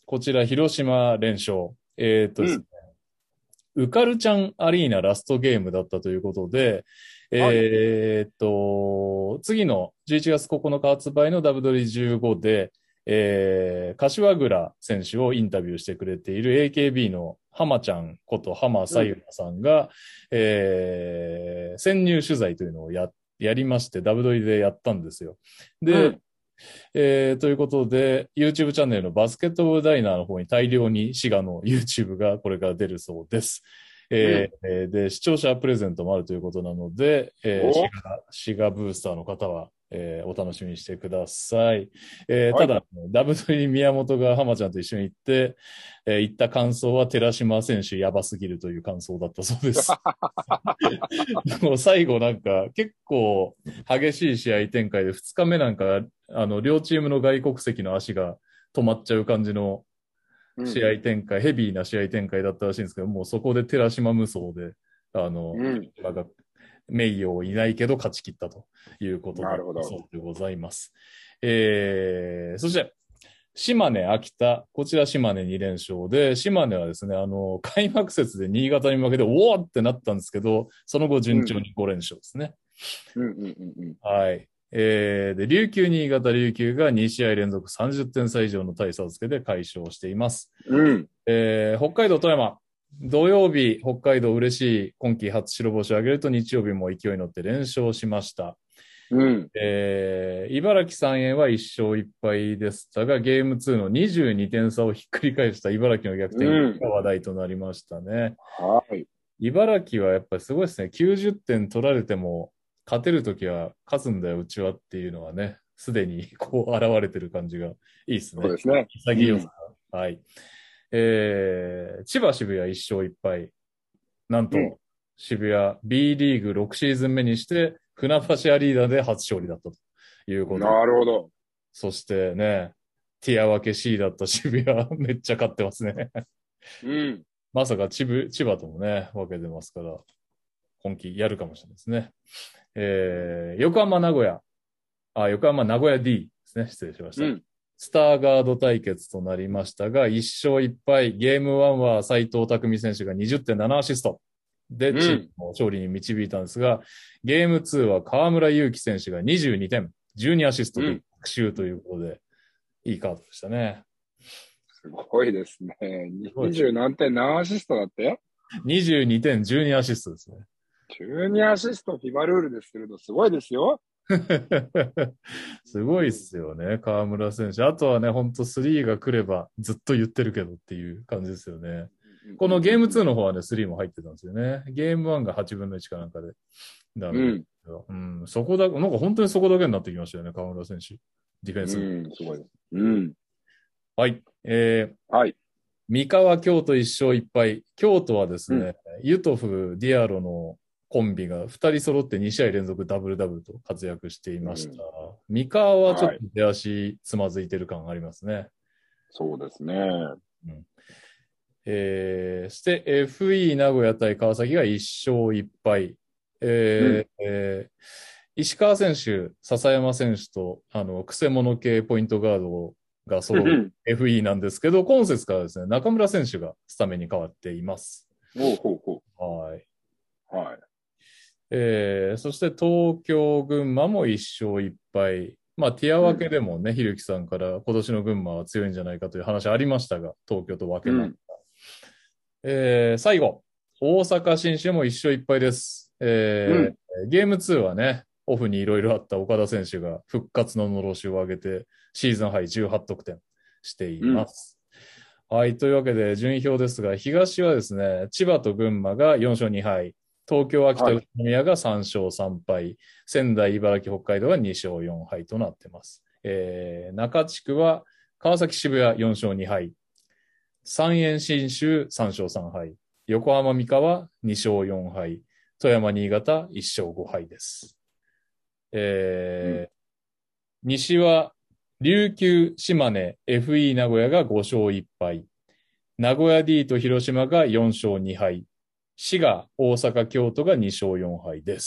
こちら、広島連勝。えー、っとですね、うん、ウカルチャンアリーナラストゲームだったということで、えー、っと、次のじゅういちがつここのか発売の ダブリューダブリューイーじゅうご で、えー、柏倉選手をインタビューしてくれている エーケービー の浜ちゃんこと浜さゆらさんが、うん、えー、潜入取材というのをや、やりまして、ダブドリでやったんですよ。で、うん、えー、ということで、YouTube チャンネルのバスケットボールダイナーの方に大量に滋賀の YouTube がこれから出るそうです。えーうん、で、視聴者プレゼントもあるということなので、えー、滋賀、滋賀ブースターの方は、えー、お楽しみにしてください。えー、ただ、ダブドリ宮本が浜ちゃんと一緒に行って、えー、行った感想は寺島選手やばすぎるという感想だったそうです。もう最後なんか結構激しい試合展開でふつかめなんかあの両チームの外国籍の足が止まっちゃう感じの試合展開、うん、ヘビーな試合展開だったらしいんですけど、もうそこで寺島無双で、あの、うん、名誉いないけど勝ち切ったということだそうでございます。えー、そして、島根、秋田、こちら島根に連勝で、島根はですね、あの、開幕節で新潟に負けて、おーってなったんですけど、その後順調にご連勝ですね。 うんうんうんうん、 はい。えー、で、琉球、新潟、琉球がに試合連続さんじゅってん差以上の大差をつけて快勝しています。 うん、 えー、北海道、富山、土曜日、北海道嬉しい今季初白星を挙げると日曜日も勢いに乗って連勝しました。 うん、 えー、茨城三円はいっ勝いっ敗でしたが、ゲームツーのにじゅうにてん差をひっくり返した茨城の逆転が話題となりましたね。 うん、はい。 茨城はやっぱりすごいですね。きゅうじゅってん取られても、勝てるときは勝つんだよ、うちはっていうのはね、すでにこう現れてる感じがいいですね。 そうですね。 潔さ、うん。はい。えー、千葉渋谷いっ勝いっ敗。なんと、うん、渋谷 B リーグろくシーズン目にして、船橋アリーナで初勝利だったということ。 なるほど。 そしてね、ティア分け C だった渋谷、めっちゃ勝ってますね。 うん。 まさか千葉、千葉ともね、分けてますから、今季やるかもしれないですね。えー、横浜名古屋。あ、横浜名古屋 D ですね。失礼しました。うん、スターガード対決となりましたが、いっ勝いっ敗。ゲームワンは斉藤匠選手が にじゅってんなな アシスト。で、チームの勝利に導いたんですが、うん、ゲームツーは河村勇輝選手がにじゅうにてん、じゅうにアシストで逆襲ということで、うん、いいカードでしたね。 すごいですね。にじゅう何点何アシストだって ? にじゅうにてん、じゅうにアシストですね。 じゅうにアシストフィバルールでするとすごいですよ。 すごいっすよね、河村選手。あとはね、ほんとスリーが来ればずっと言ってるけどっていう感じですよね。このゲームツーの方はね、スリーも入ってたんですよね。ゲームワンがはちぶんのいちかなんかで。なので、うん、うん、そこだ、なんか本当にそこだけになってきましたよね、河村選手。ディフェンス。 うん、すごいです。うん。 はい。えー、はい。 三河京都いっ勝いっ敗。京都はですね、うん、ユトフ、ディアロのコンビがふたり揃ってに試合連続ダブルダブルと活躍していました。うん、三河はちょっと出足つまずいてる感がありますね。はい、 そうですね。 うんえー、そして エフイー 名古屋対川崎がいっ勝いっ敗。えーうんえー、石川選手、笹山選手と、あの、クセモノ系ポイントガードが揃う エフイー なんですけど、今節からですね、中村選手がスタメンに変わっています。 ほうほうほう。はい。 はい。 えー、そして東京、群馬もいっ勝いっ敗。まあ、ティア分けでもね、ひるきさんから今年の群馬は強いんじゃないかという話ありましたが、東京と分けました。うんえー、最後、大阪新州もいっ勝いっ敗です。えーうん、ゲームツーはね、オフにいろいろあった岡田選手が復活ののろしを上げて、シーズンハイじゅうはち得点しています。うん、はい、というわけで順位表ですが、東はですね、千葉と群馬がよん勝に敗、東京、秋田、宇都宮がさん勝さん敗、はい、仙台、茨城、北海道がに勝よん敗となっています。えー、中地区は川崎、渋谷よん勝に敗、三円新州さん勝さん敗、横浜三河に勝よん敗、富山新潟いち勝ご敗です。えーうん、西は琉球島根 エフイー 名古屋がご勝いっ敗、名古屋 D と広島がよん勝に敗、滋賀大阪京都がに勝よん敗です。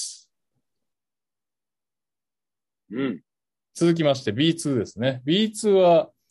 うん、 続きまして ビーツー ですね。ビーツー は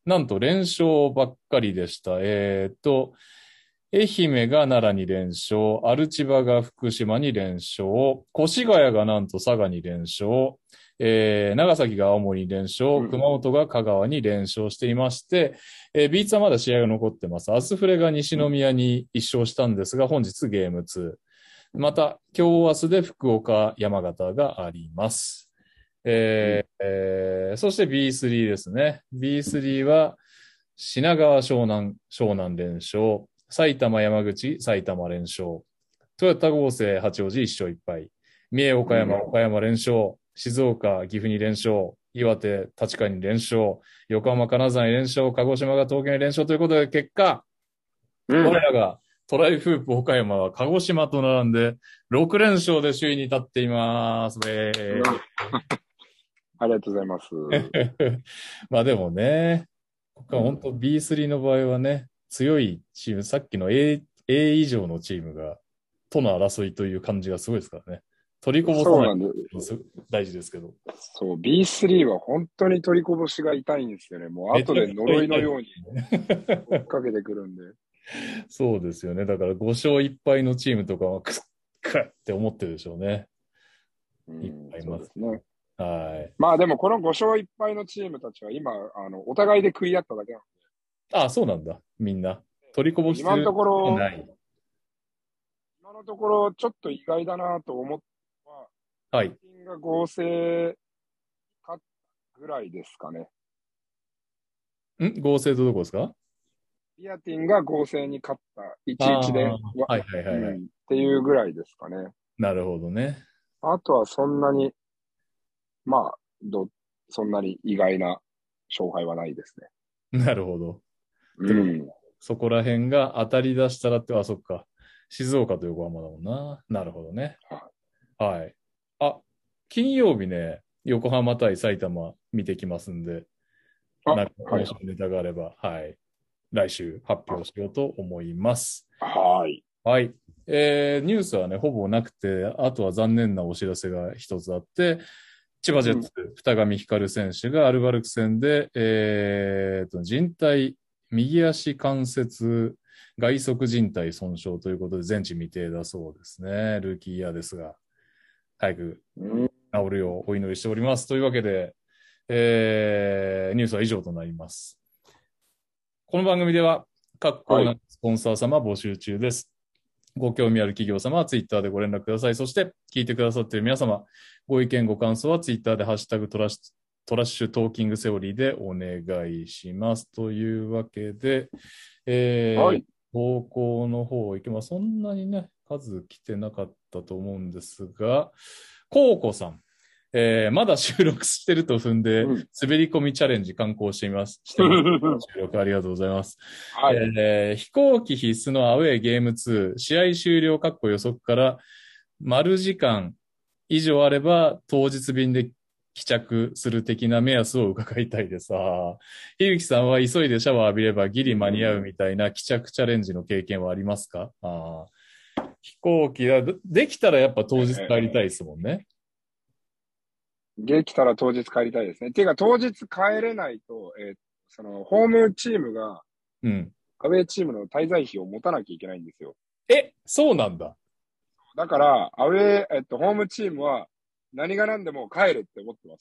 なんと連勝ばっかりでした。えっと、愛媛が奈良に連勝、アルチバが福島に連勝、越谷がなんと佐賀に連勝、えー、長崎が青森に連勝、熊本が香川に連勝していまして、えー、ビーツはまだ試合が残ってます。アスフレが西宮にいっ勝したんですが、本日ゲームツー。また、今日明日で福岡、山形があります。えーえー、そして ビースリー ですね。ビースリー は品川湘南、湘南連勝。埼玉山口、埼玉連勝。トヨタ合成八王子いっ勝いっ敗。三重岡山、岡山連勝。静岡、岐阜に連勝。岩手、立川に連勝。横浜、金沢に連勝。鹿児島が東京に連勝ということで、結果、うん、我らがトライフープ岡山は鹿児島と並んでろく連勝で首位に立っています。えー、 ありがとうございます。 まあでもね、ここは本当 ビースリー の場合はね、強いチーム、さっきの A, A 以上のチームが、との争いという感じがすごいですからね。取りこぼさないの大事ですけど。 そう、ビースリー は本当に取りこぼしが痛いんですよね。もう後で呪いのように追っかけてくるんで。 そうですよね。だからご勝いっ敗のチームとかはクックッって思ってるでしょうね。いっぱいいますね。 はい。 まあでもこのご勝いっ敗のチームたちは今、あの、お互いで食い合っただけなんで。 ああ、そうなんだ。みんな。取りこぼして今のところ、 ない。 今のところちょっと意外だなと思ったのは、 はい。 ピンが合成勝ったぐらいですかね。 ん合成とどこですか？ ビアティンが合成に勝った。いちいちで。 はいはいはいはい、うん。 っていうぐらいですかね。 なるほどね。 あとはそんなに、まあ、ど、そんなに意外な勝敗はないですね。なるほど。 うん。 そこら辺が当たり出したらって、あ、そっか。静岡と横浜だもんな。なるほどね。はい。はい。あ、金曜日ね、横浜対埼玉見てきますんで、なんか面白いネタがあれば、はい、はい。来週発表しようと思います。 はい。 はい。えー、ニュースはね、ほぼなくて、あとは残念なお知らせが一つあって、千葉ジェッツ、うん、二上光選手がアルバルク戦で、えーと、靭帯、右足関節外側靭帯損傷ということで全治未定だそうですね。ルーキーイヤーですが、早く治るようお祈りしております。というわけで、えー、ニュースは以上となります。この番組では各コーナースポンサー様募集中です。はい、ご興味ある企業様はツイッターでご連絡ください。そして聞いてくださっている皆様、ご意見ご感想はツイッターでハッシュタグトラッシュトラッシュトーキングセオリーでお願いします。というわけで、えーはい、投稿の方行きます。そんなにね、数来てなかったと思うんですが、コウコさん、えー、まだ収録してると踏んで、うん、滑り込みチャレンジ敢行しています。してます収録ありがとうございます。はい、えー、飛行機必須のアウェーゲームツー、試合終了括弧予測から丸時間以上あれば当日便で帰着する的な目安を伺いたいです。あひるきさんは急いでシャワー浴びればギリ間に合うみたいな帰着チャレンジの経験はありますか？あ飛行機だ、できたらやっぱ当日帰りたいですもんね。 できたら当日帰りたいですね。っていうか当日帰れないと、えー、そのホームチームが、 うん。 アウェーチームの滞在費を持たなきゃいけないんですよ。 え、そうなんだ。 だから、アウェー、えっと、ホームチームは何が何でも帰れって思ってます。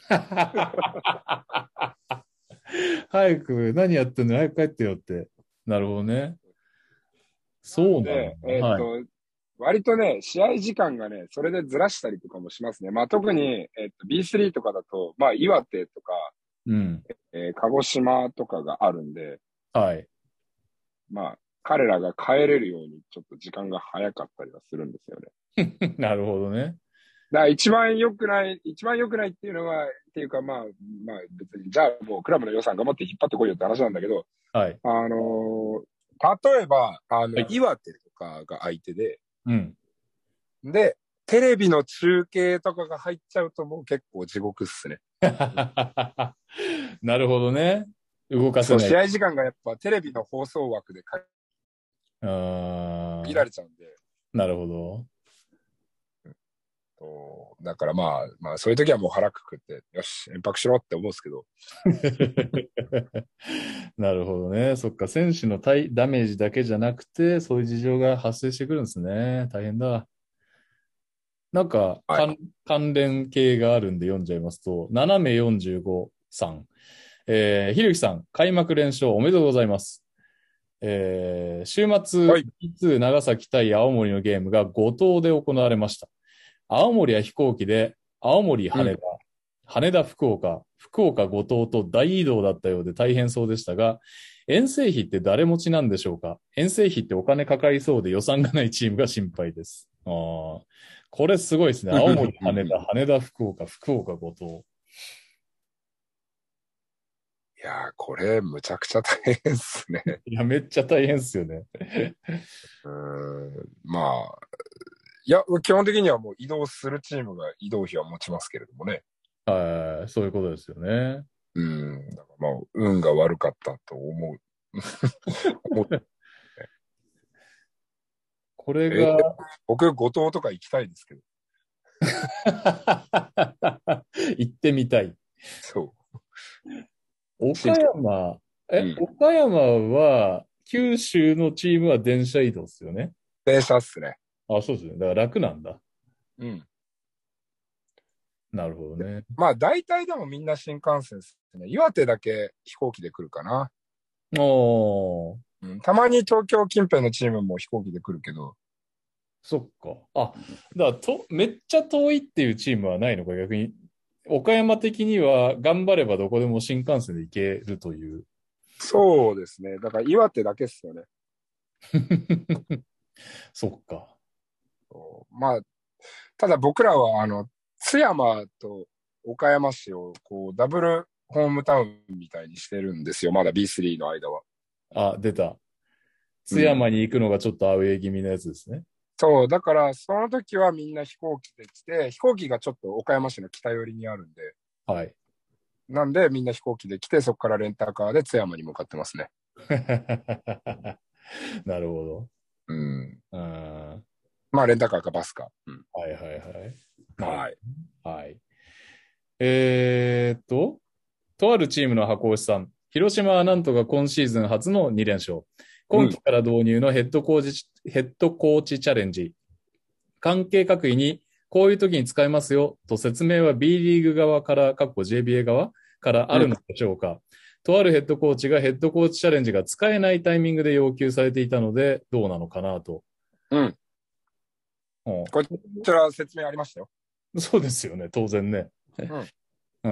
早く、何やってんの早く帰ってよって。なるほどね。そうなんだ。 えー、っと、はい、割とね、試合時間がね、それでずらしたりとかもしますね。まあ特に、えー、っと、ビースリー とかだと、まあ岩手とか、 うん。 えー、鹿児島とかがあるんで、 はい。 まあ、彼らが帰れるようにちょっと時間が早かったりはするんですよね。なるほどね。 だから一番良くない、一番良くないっていうのは、っていうかまあ、まあ別に、じゃあもうクラブの予算頑張って引っ張ってこいよって話なんだけど、 はい。 あのー、例えば、あの、はい、岩手とかが相手で、 うん。 で、テレビの中継とかが入っちゃうともう結構地獄っすね。 なるほどね。動かせない。 そう、試合時間がやっぱテレビの放送枠であ見られちゃうんで。 なるほど。 そうだからまあ、まあそういう時はもう腹くくって、よし、連泊しろって思うんですけど。 なるほどね。そっか。選手の体ダメージだけじゃなくて、そういう事情が発生してくるんですね。大変だ。なんか、 はい。 関関連系があるんで読んじゃいますと、斜めよんじゅうごさん。えー、ひるきさん、開幕連勝おめでとうございます。えー、週末、 はい。 いつ長崎対青森のゲームが五島で行われました。青森は飛行機で、青森、 うん。 羽田、羽田、福岡、福岡、五島と大移動だったようで大変そうでしたが、遠征費って誰持ちなんでしょうか？遠征費ってお金かかりそうで予算がないチームが心配です。あー、これすごいですね。 うん。うん。 青森、羽田、 うん。 羽田、福岡、福岡、五島。 いやー、これ、むちゃくちゃ大変っすね。 いや、めっちゃ大変ですよね。 うーん。まあ、いや、基本的にはもう移動するチームが移動費は持ちますけれどもね。 はい、そういうことですよね。 うん。だからまあ、運が悪かったと思う。思うこれえ、 が、 僕、五島とか行きたいですけど。 行ってみたい。 そう。 岡新規。 山、え、 うん。 岡山は、九州のチームは電車移動ですよね。 電車っすね。 あ、そうですね。だから楽なんだ。 うん。 なるほどね。 まあ、大体でもみんな新幹線ですね。岩手だけ飛行機で来るかな。 おー、 うん。たまに東京近辺のチームも飛行機で来るけど、 そっか。あ、だからと、めっちゃ遠いっていうチームはないのか、逆に。岡山的には頑張ればどこでも新幹線で行けるという。 そうですね。だから岩手だけっすよね。 そっか。 まあ、ただ僕らは、あの、津山と岡山市を、こう、ダブルホームタウンみたいにしてるんですよ。まだ ビースリー の間は。 あ、出た。津うん。 山に行くのがちょっとアウェー気味のやつですね。 そう、だから、その時はみんな飛行機で来て、飛行機がちょっと岡山市の北寄りにあるんで、 はい。 なんでみんな飛行機で来て、そこからレンタカーで津山に向かってますね。 なるほうん。 ど。うん。 まあ、レンタカーかバスか。うん。 はいはいはい。なるほはい。 ど。はい。えーっと、とあるチームの箱推しさん。広島はなんとか今シーズン初のに連勝。 うん。 今季から導入のヘッドコーチ、ヘッドコーチチャレンジ。関係各位に、こういう時に使えますよと説明は B リーグ側から、かっこ ジェービーエー 側からあうん。 るのでしょうか。とあるヘッドコーチがヘッドコーチチャレンジが使えないタイミングで要求されていたので、どうなのかなと。 うん。 うこちら説明ありましたよ。 ん、そうですよね、当然ね。 うん。 うん。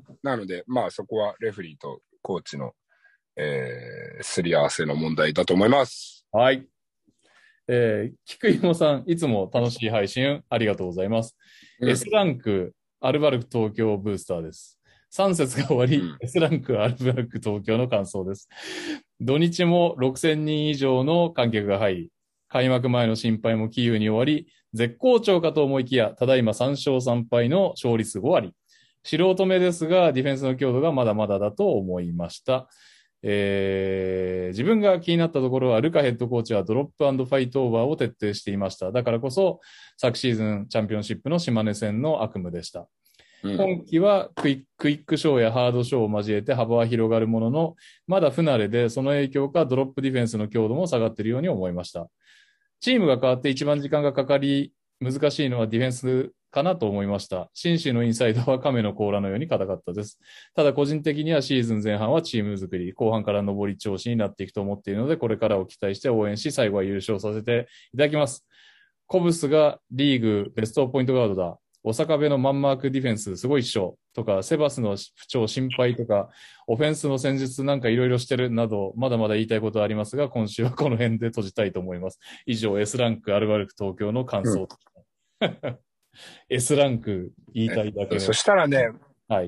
なので、まあそこはレフリーとコーチの、えー、すり合わせの問題だと思います。 はい。えー、菊芋さん、いつも楽しい配信ありがとうございます。 うん。 S ランク、アルバルク東京ブースターです。さん節が終わり、 うん。 S ランク、アルバルク東京の感想です。土日もろくせんにん以上の観客が入り、開幕前の心配も杞憂に終わり、絶好調かと思いきや、ただいまさん勝さん敗の勝率ご割。素人目ですが、ディフェンスの強度がまだまだだと思いました。えー、自分が気になったところは、ルカヘッドコーチはドロップ&ファイトオーバーを徹底していました。だからこそ、昨シーズンチャンピオンシップの島根戦の悪夢でした。 うん。 今季はクイッククイックショーやハードショーを交えて幅は広がるものの、まだ不慣れで、その影響かドロップディフェンスの強度も下がっているように思いました。チームが変わって一番時間がかかり、難しいのはディフェンスかなと思いました。紳士のインサイドは亀の甲羅のように硬かったです。ただ個人的にはシーズン前半はチーム作り、後半から上り調子になっていくと思っているので、これからを期待して応援し、最後は優勝させていただきます。コブスがリーグベストポイントガードだ。大阪部のマンマークディフェンスすごいっしょとか、セバスの不調心配とか、オフェンスの戦術なんかいろいろしてるなど、まだまだ言いたいことはありますが、今週はこの辺で閉じたいと思います。以上、S ランクアルバルク東京の感うん。 想。S ランク言いたいだけその。 したらね、 はい。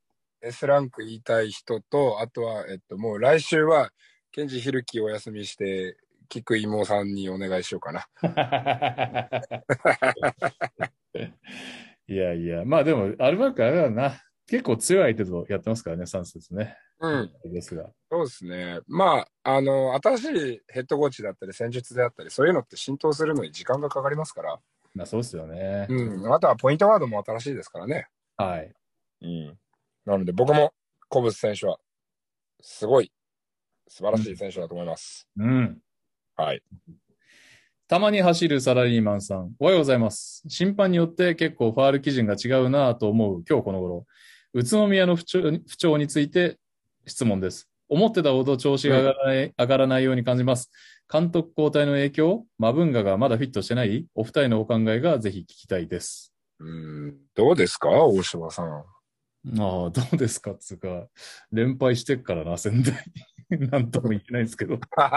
S ランク言いたい人と、あとは、えっと、もう来週は、ケンジヒルキお休みして、キクイモさんにお願いしようかな。 いやいや、まあでも、アルバルクあれだな。結構強い相手とやってますからね、さん節ね。 うん。 ですが。 そうですね。まあ、あの、新しいヘッドコーチだったり、戦術であったり、そういうのって浸透するのに時間がかかりますから。 まあそうですよね。 うん。あとはポイントガードも新しいですからね。 はい。 うん。なので僕もコブス選手はすごい素晴らしい選手だと思います。 うん。 はい。 たまに走るサラリーマンさん、おはようございます。審判によって結構ファール基準が違うなぁと思う今日この頃、宇都宮の不調不調について質問です。思ってたほど調子が上がらない、うん、上がらないように感じます。監督交代の影響、マブンガがまだフィットしてない、お二人のお考えがぜひ聞きたいです。 うん、どうですか大島さん。 ああ、どうですかつうか、連敗してっからな、仙台。なんとも言えないんですけど。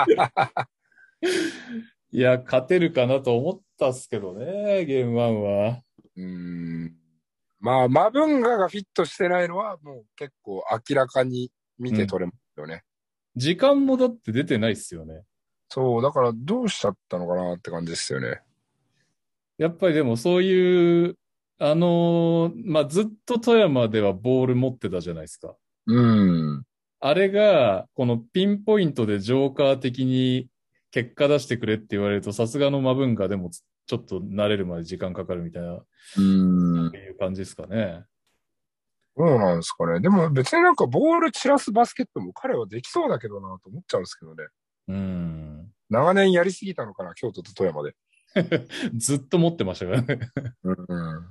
いや、勝てるかなと思ったっすけどね、ゲームワンは。 うーん。まあ、マブンガがフィットしてないのはもう結構明らかに見て取れますよね。 うん、時間もだって出てないっすよね。 そう、だからどうしちゃったのかなって感じですよね。 やっぱりでもそういう、あのー、まあ、ずっと富山ではボール持ってたじゃないですか。 うん。 あれが、このピンポイントでジョーカー的に結果出してくれって言われると、さすがのマブンガでもちょっと慣れるまで時間かかるみたいな、 うん。 っていう感じですかね。 そうなんですかね。でも別になんかボール散らすバスケットも彼はできそうだけどなと思っちゃうんですけどね。 うん。 長年やりすぎたのかな、京都と富山で。 ずっと持ってましたからね。 うん。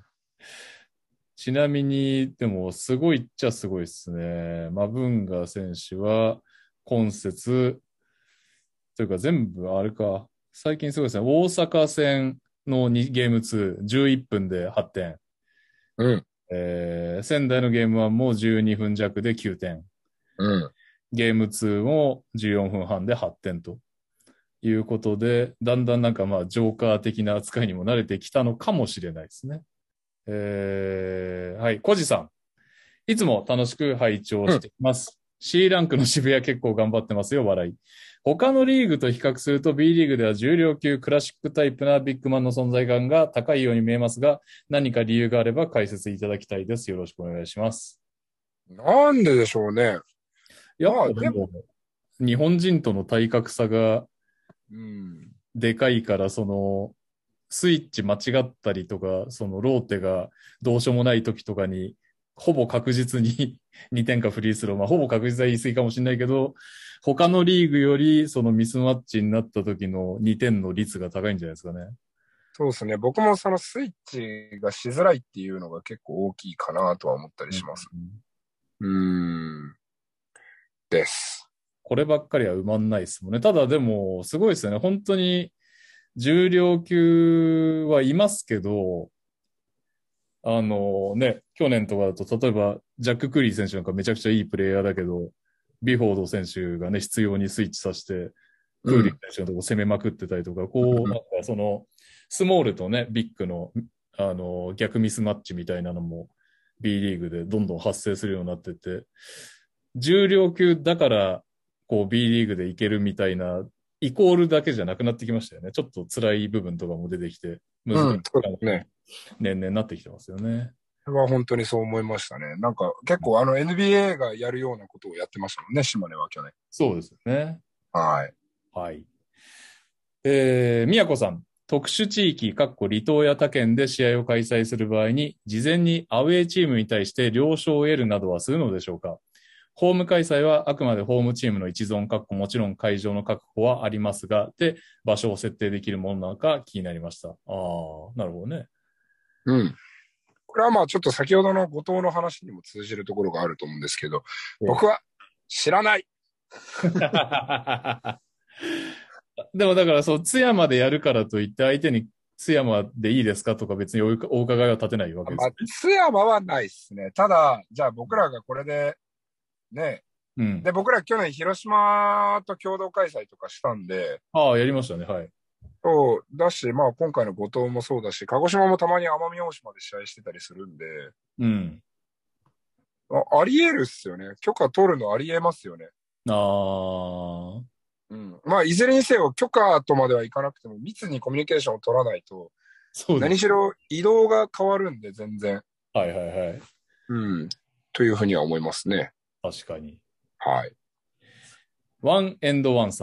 ちなみに、でも、すごいっちゃすごいですね。マブンガ選手は、今節、というか全部あれか、最近すごいですね。大阪戦のにゲームツー、じゅういっぷんではってん。 うん。 えー、仙台のゲームワンもじゅうにふん弱できゅうてん。 うん。 ゲームツーもじゅうよんふんはんではってんということで、だんだんなんかまあ、ジョーカー的な扱いにも慣れてきたのかもしれないですね。えー、はい、コジさん。いつも楽しく拝聴しています。C ランクの渋谷結構頑張ってますよ、笑い。他のリーグと比較すると B リーグでは重量級クラシックタイプなビッグマンの存在感が高いように見えますが、何か理由があれば解説いただきたいです。よろしくお願いします。 なんででしょうね。 やっぱでも、日本人との体格差がでかいから、その、スイッチ間違ったりとか、そのローテがどうしようもない時とかに、ほぼ確実ににてんかフリースロー、まあほぼ確実は言い過ぎかもしれないけど、他のリーグよりそのミスマッチになった時のにてんの率が高いんじゃないですかね。 そうですね。僕もそのスイッチがしづらいっていうのが結構大きいかなとは思ったりします。うん、うーん。です。 こればっかりは埋まんないですもんね。ただでも、すごいですよね。本当に重量級はいますけど、あのね、去年とかだと、例えば、ジャック・クリー選手なんかめちゃくちゃいいプレイヤーだけど、ビフォード選手がね、必要にスイッチさせて、クーリー選手のとこ攻めまくってたりとか、こう、なんかその、スモールとね、ビッグの、あの、逆ミスマッチみたいなのも B リーグでどんどん発生するようになってて、重量級だから、こう B リーグでいけるみたいな、イコールだけじゃなくなってきましたよね。ちょっと辛い部分とかも出てきて、難しい、 うん、そうですね。 年々なってきてますよね。 それは本当にそう思いましたね。なんか結構あの エヌビーエー がやるようなことをやってましたもんね、島根は去年。 そうですよね。 はい。 はい。えー、宮子さん。特殊地域、かっこ離島や他県で試合を開催する場合に、事前にアウェーチームに対して了承を得るなどはするのでしょうか？ホーム開催はあくまでホームチームの一存、かっこもちろん会場の確保はありますが、で、場所を設定できるものなのか気になりました。ああ、なるほどね。 うん。これはまあちょっと先ほどの後藤の話にも通じるところがあると思うんですけど、僕は知らない。 でもだからそう、津山でやるからといって相手に津山でいいですかとか別にお伺いは立てないわけですまあ、 よね。 津山はないですね。ただ、じゃあ僕らがこれで、ね、 うん。 で、僕ら去年広島と共同開催とかしたんで、 ああ、やりましたね。はい。 そうだし、まあ今回の後藤もそうだし、鹿児島もたまに奄美大島で試合してたりするんで、 うん。 あ、あり得るっすよね。許可取るのあり得ますよね。 ああ。 うん。まあいずれにせよ許可とまではいかなくても密にコミュニケーションを取らないと、 そうです。 何しろ移動が変わるんで全然。 はいはいはい。 うん。というふうには思いますね。 確かに。 はい。 ワンエンドワンさん。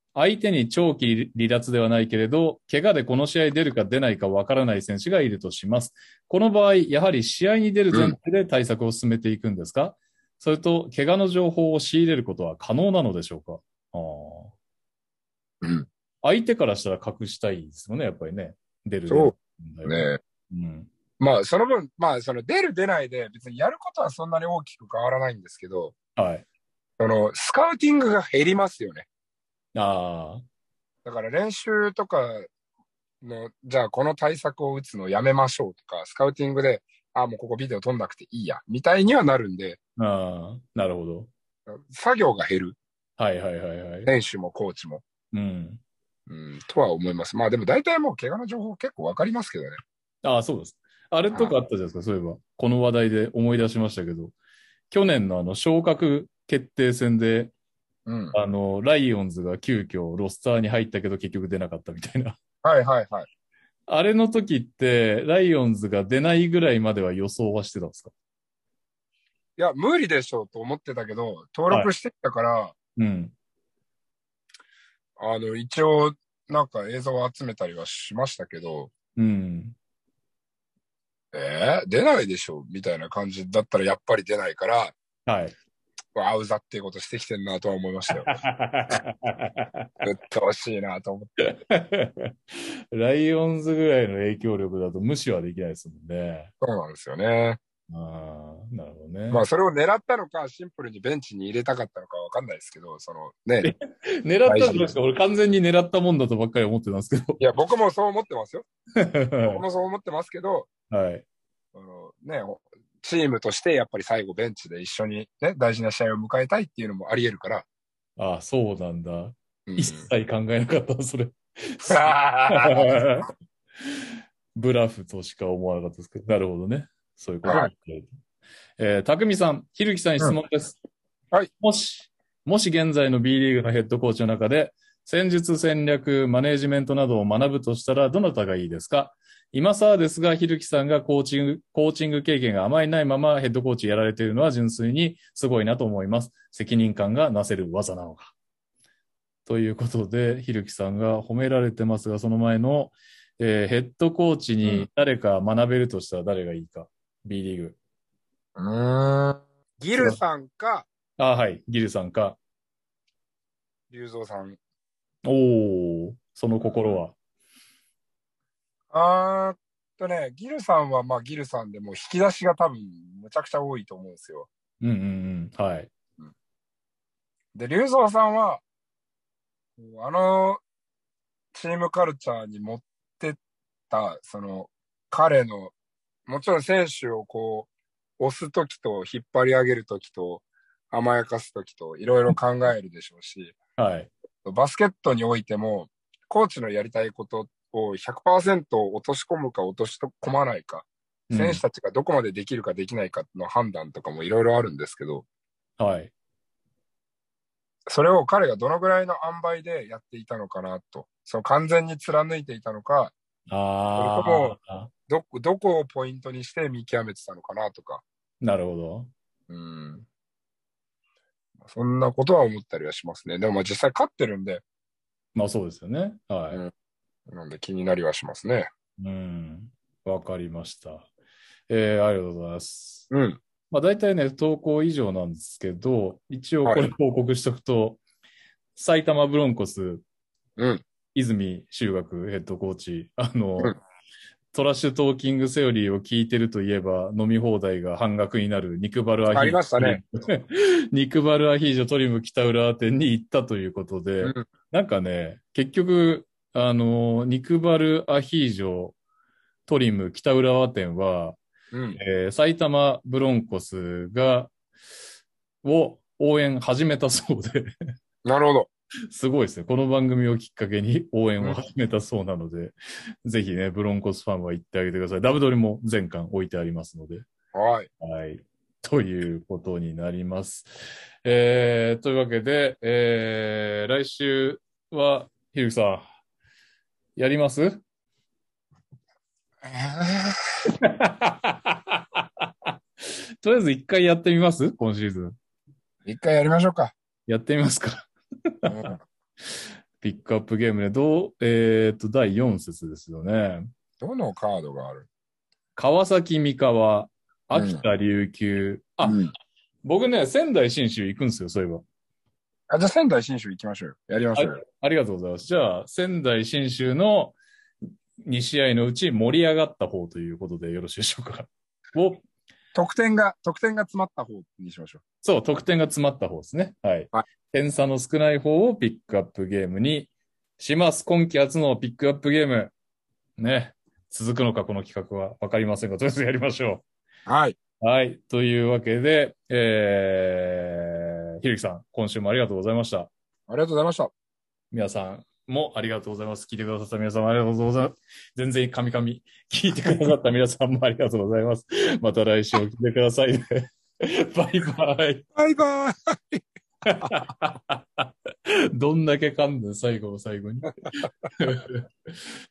相手に長期離脱ではないけれど、怪我でこの試合出るか出ないかわからない選手がいるとします。この場合、やはり試合に出る前提で対策を進めていくんですか？うん、それと、怪我の情報を仕入れることは可能なのでしょうか？あ、うん、相手からしたら隠したいですよね、やっぱりね。出る出ない。 そうね。うん、まあ、その分、まあ、その出る出ないで別にやることはそんなに大きく変わらないんですけど、 はい。 その、スカウティングが減りますよね。 ああ。 だから練習とかの、じゃあこの対策を打つのをやめましょうとか、スカウティングで、あ、もうここビデオ撮んなくていいや、みたいにはなるんで。 ああ、なるほど。 作業が減る。 はいはいはいはい。 選手もコーチも。 うん。 うん、とは思います。まあでも大体もう怪我の情報結構わかりますけどね。 ああ、そうです。あれとかあったじゃないですか、そういえば。この話題で思い出しましたけど、去年のあの昇格決定戦で、うん、あの、ライオンズが急遽ロスターに入ったけど結局出なかったみたいな。 はいはいはい。 あれの時って、ライオンズが出ないぐらいまでは予想はしてたんですか？ いや、無理でしょうと思ってたけど、登録してきたから、はい、うん。あの、一応、なんか映像を集めたりはしましたけど、うん。えー、出ないでしょみたいな感じだったらやっぱり出ないから、はい。わ、うざっていうことしてきてんなとは思いましたよ。うっとうしいなと思って。 ライオンズぐらいの影響力だと無視はできないですもんね。 そうなんですよね。 ああ、なるほどね。 まあそれを狙ったのか、シンプルにベンチに入れたかったのかわかんないですけど、そのね。 狙ったんですか？俺完全に狙ったもんだとばっかり思ってたんですけど。 いや、僕もそう思ってますよ。僕もそう思ってますけど、はい。あのね、チームとしてやっぱり最後ベンチで一緒にね、大事な試合を迎えたいっていうのもあり得るから。 ああ、そうなんだ。うん、一切考えなかった、それ。ブラフとしか思わなかったですけど。なるほどね。そういうことも、はい。えー、たくみさん、ひるきさんに質問です。うん、はい。もし、もし現在の B リーグのヘッドコーチの中で、戦術戦略、マネージメントなどを学ぶとしたら、どなたがいいですか？今更ですが、ひるきさんがコーチング、コーチング経験があまりないままヘッドコーチやられているのは純粋にすごいなと思います。責任感がなせる技なのか。ということで、ひるきさんが褒められてますが、その前の、えー、ヘッドコーチに誰か学べるとしたら誰がいいか。うん、B リーグ。 うーん。ギルさんか。 あ、はい。ギルさんか。 龍造さん。 おー、その心は。 あーっとね、ギルさんはまあギルさんでも引き出しが多分むちゃくちゃ多いと思うんですよ。 うんうんうん。はい。 で、龍造さんは、あのチームカルチャーに持ってった、その彼の、もちろん選手をこう、押すときと引っ張り上げるときと甘やかすときといろいろ考えるでしょうし、はい。バスケットにおいても、コーチのやりたいことを ひゃくパーセント 落とし込むか落とし込まないか、うん、選手たちがどこまでできるかできないかの判断とかもいろいろあるんですけど、はい。それを彼がどのぐらいの塩梅でやっていたのかなと。その完全に貫いていたのか、あそれともど、どこをポイントにして見極めてたのかなとか。 なるほど。 うん。そんなことは思ったりはしますね。でもまあ実際勝ってるんで。 まあそうですよね。はい。うん、 なんで気になりはしますね。 うん。わかりました。えー、ありがとうございます。 うん。 まあ大体ね、投稿以上なんですけど、一応これ報告しとくと、はい、埼玉ブロンコス、うん、泉修学ヘッドコーチ、あの、うん、トラッシュトーキングセオリーを聞いてるといえば、飲み放題が半額になる肉バルアヒージョ。 ありましたね。 肉バルアヒージョトリム北浦店に行ったということで、うん、なんかね、結局、あの、肉バルアヒージョトリム北浦和店は、うんえー、埼玉ブロンコスが、を応援始めたそうで。 なるほど。 すごいですね。この番組をきっかけに応援を始めたそうなので、うん、ぜひね、ブロンコスファンは行ってあげてください。ダブドリも全巻置いてありますので。 はい。 はい。ということになります。えー、というわけで、えー、来週は、ひるきさん、やります？とりあえず一回やってみます今シーズン。 一回やりましょうか。 やってみますか、うん、 ピックアップゲームで、どう、えっと、だいよん節ですよね。 どのカードがある？ 川崎三河、秋田琉球。あ、 うん。 僕ね、仙台新州行くんですよ、そういえば。 あ、じゃあ仙台新州行きましょうよ。やりましょうよ。 あ、ありがとうございます。じゃあ、仙台新州のに試合のうち盛り上がった方ということでよろしいでしょうか。を、 得点が、得点が詰まった方にしましょう。 そう、得点が詰まった方ですね。はい。 はい。 点差の少ない方をピックアップゲームにします。今季初のピックアップゲーム。ね。続くのか、この企画は。わかりませんが、とりあえずやりましょう。はい。 はい。というわけで、えー、ひるきさん、今週もありがとうございました。ありがとうございました。 皆さんもありがとうございます。聞いてくださった皆さんもありがとうございます。全然カミカミ。聞いてくださった皆さんもありがとうございます。また来週お聞いてくださいね。バイバイ。 バイバイ。 どんだけ噛んで最後の最後に。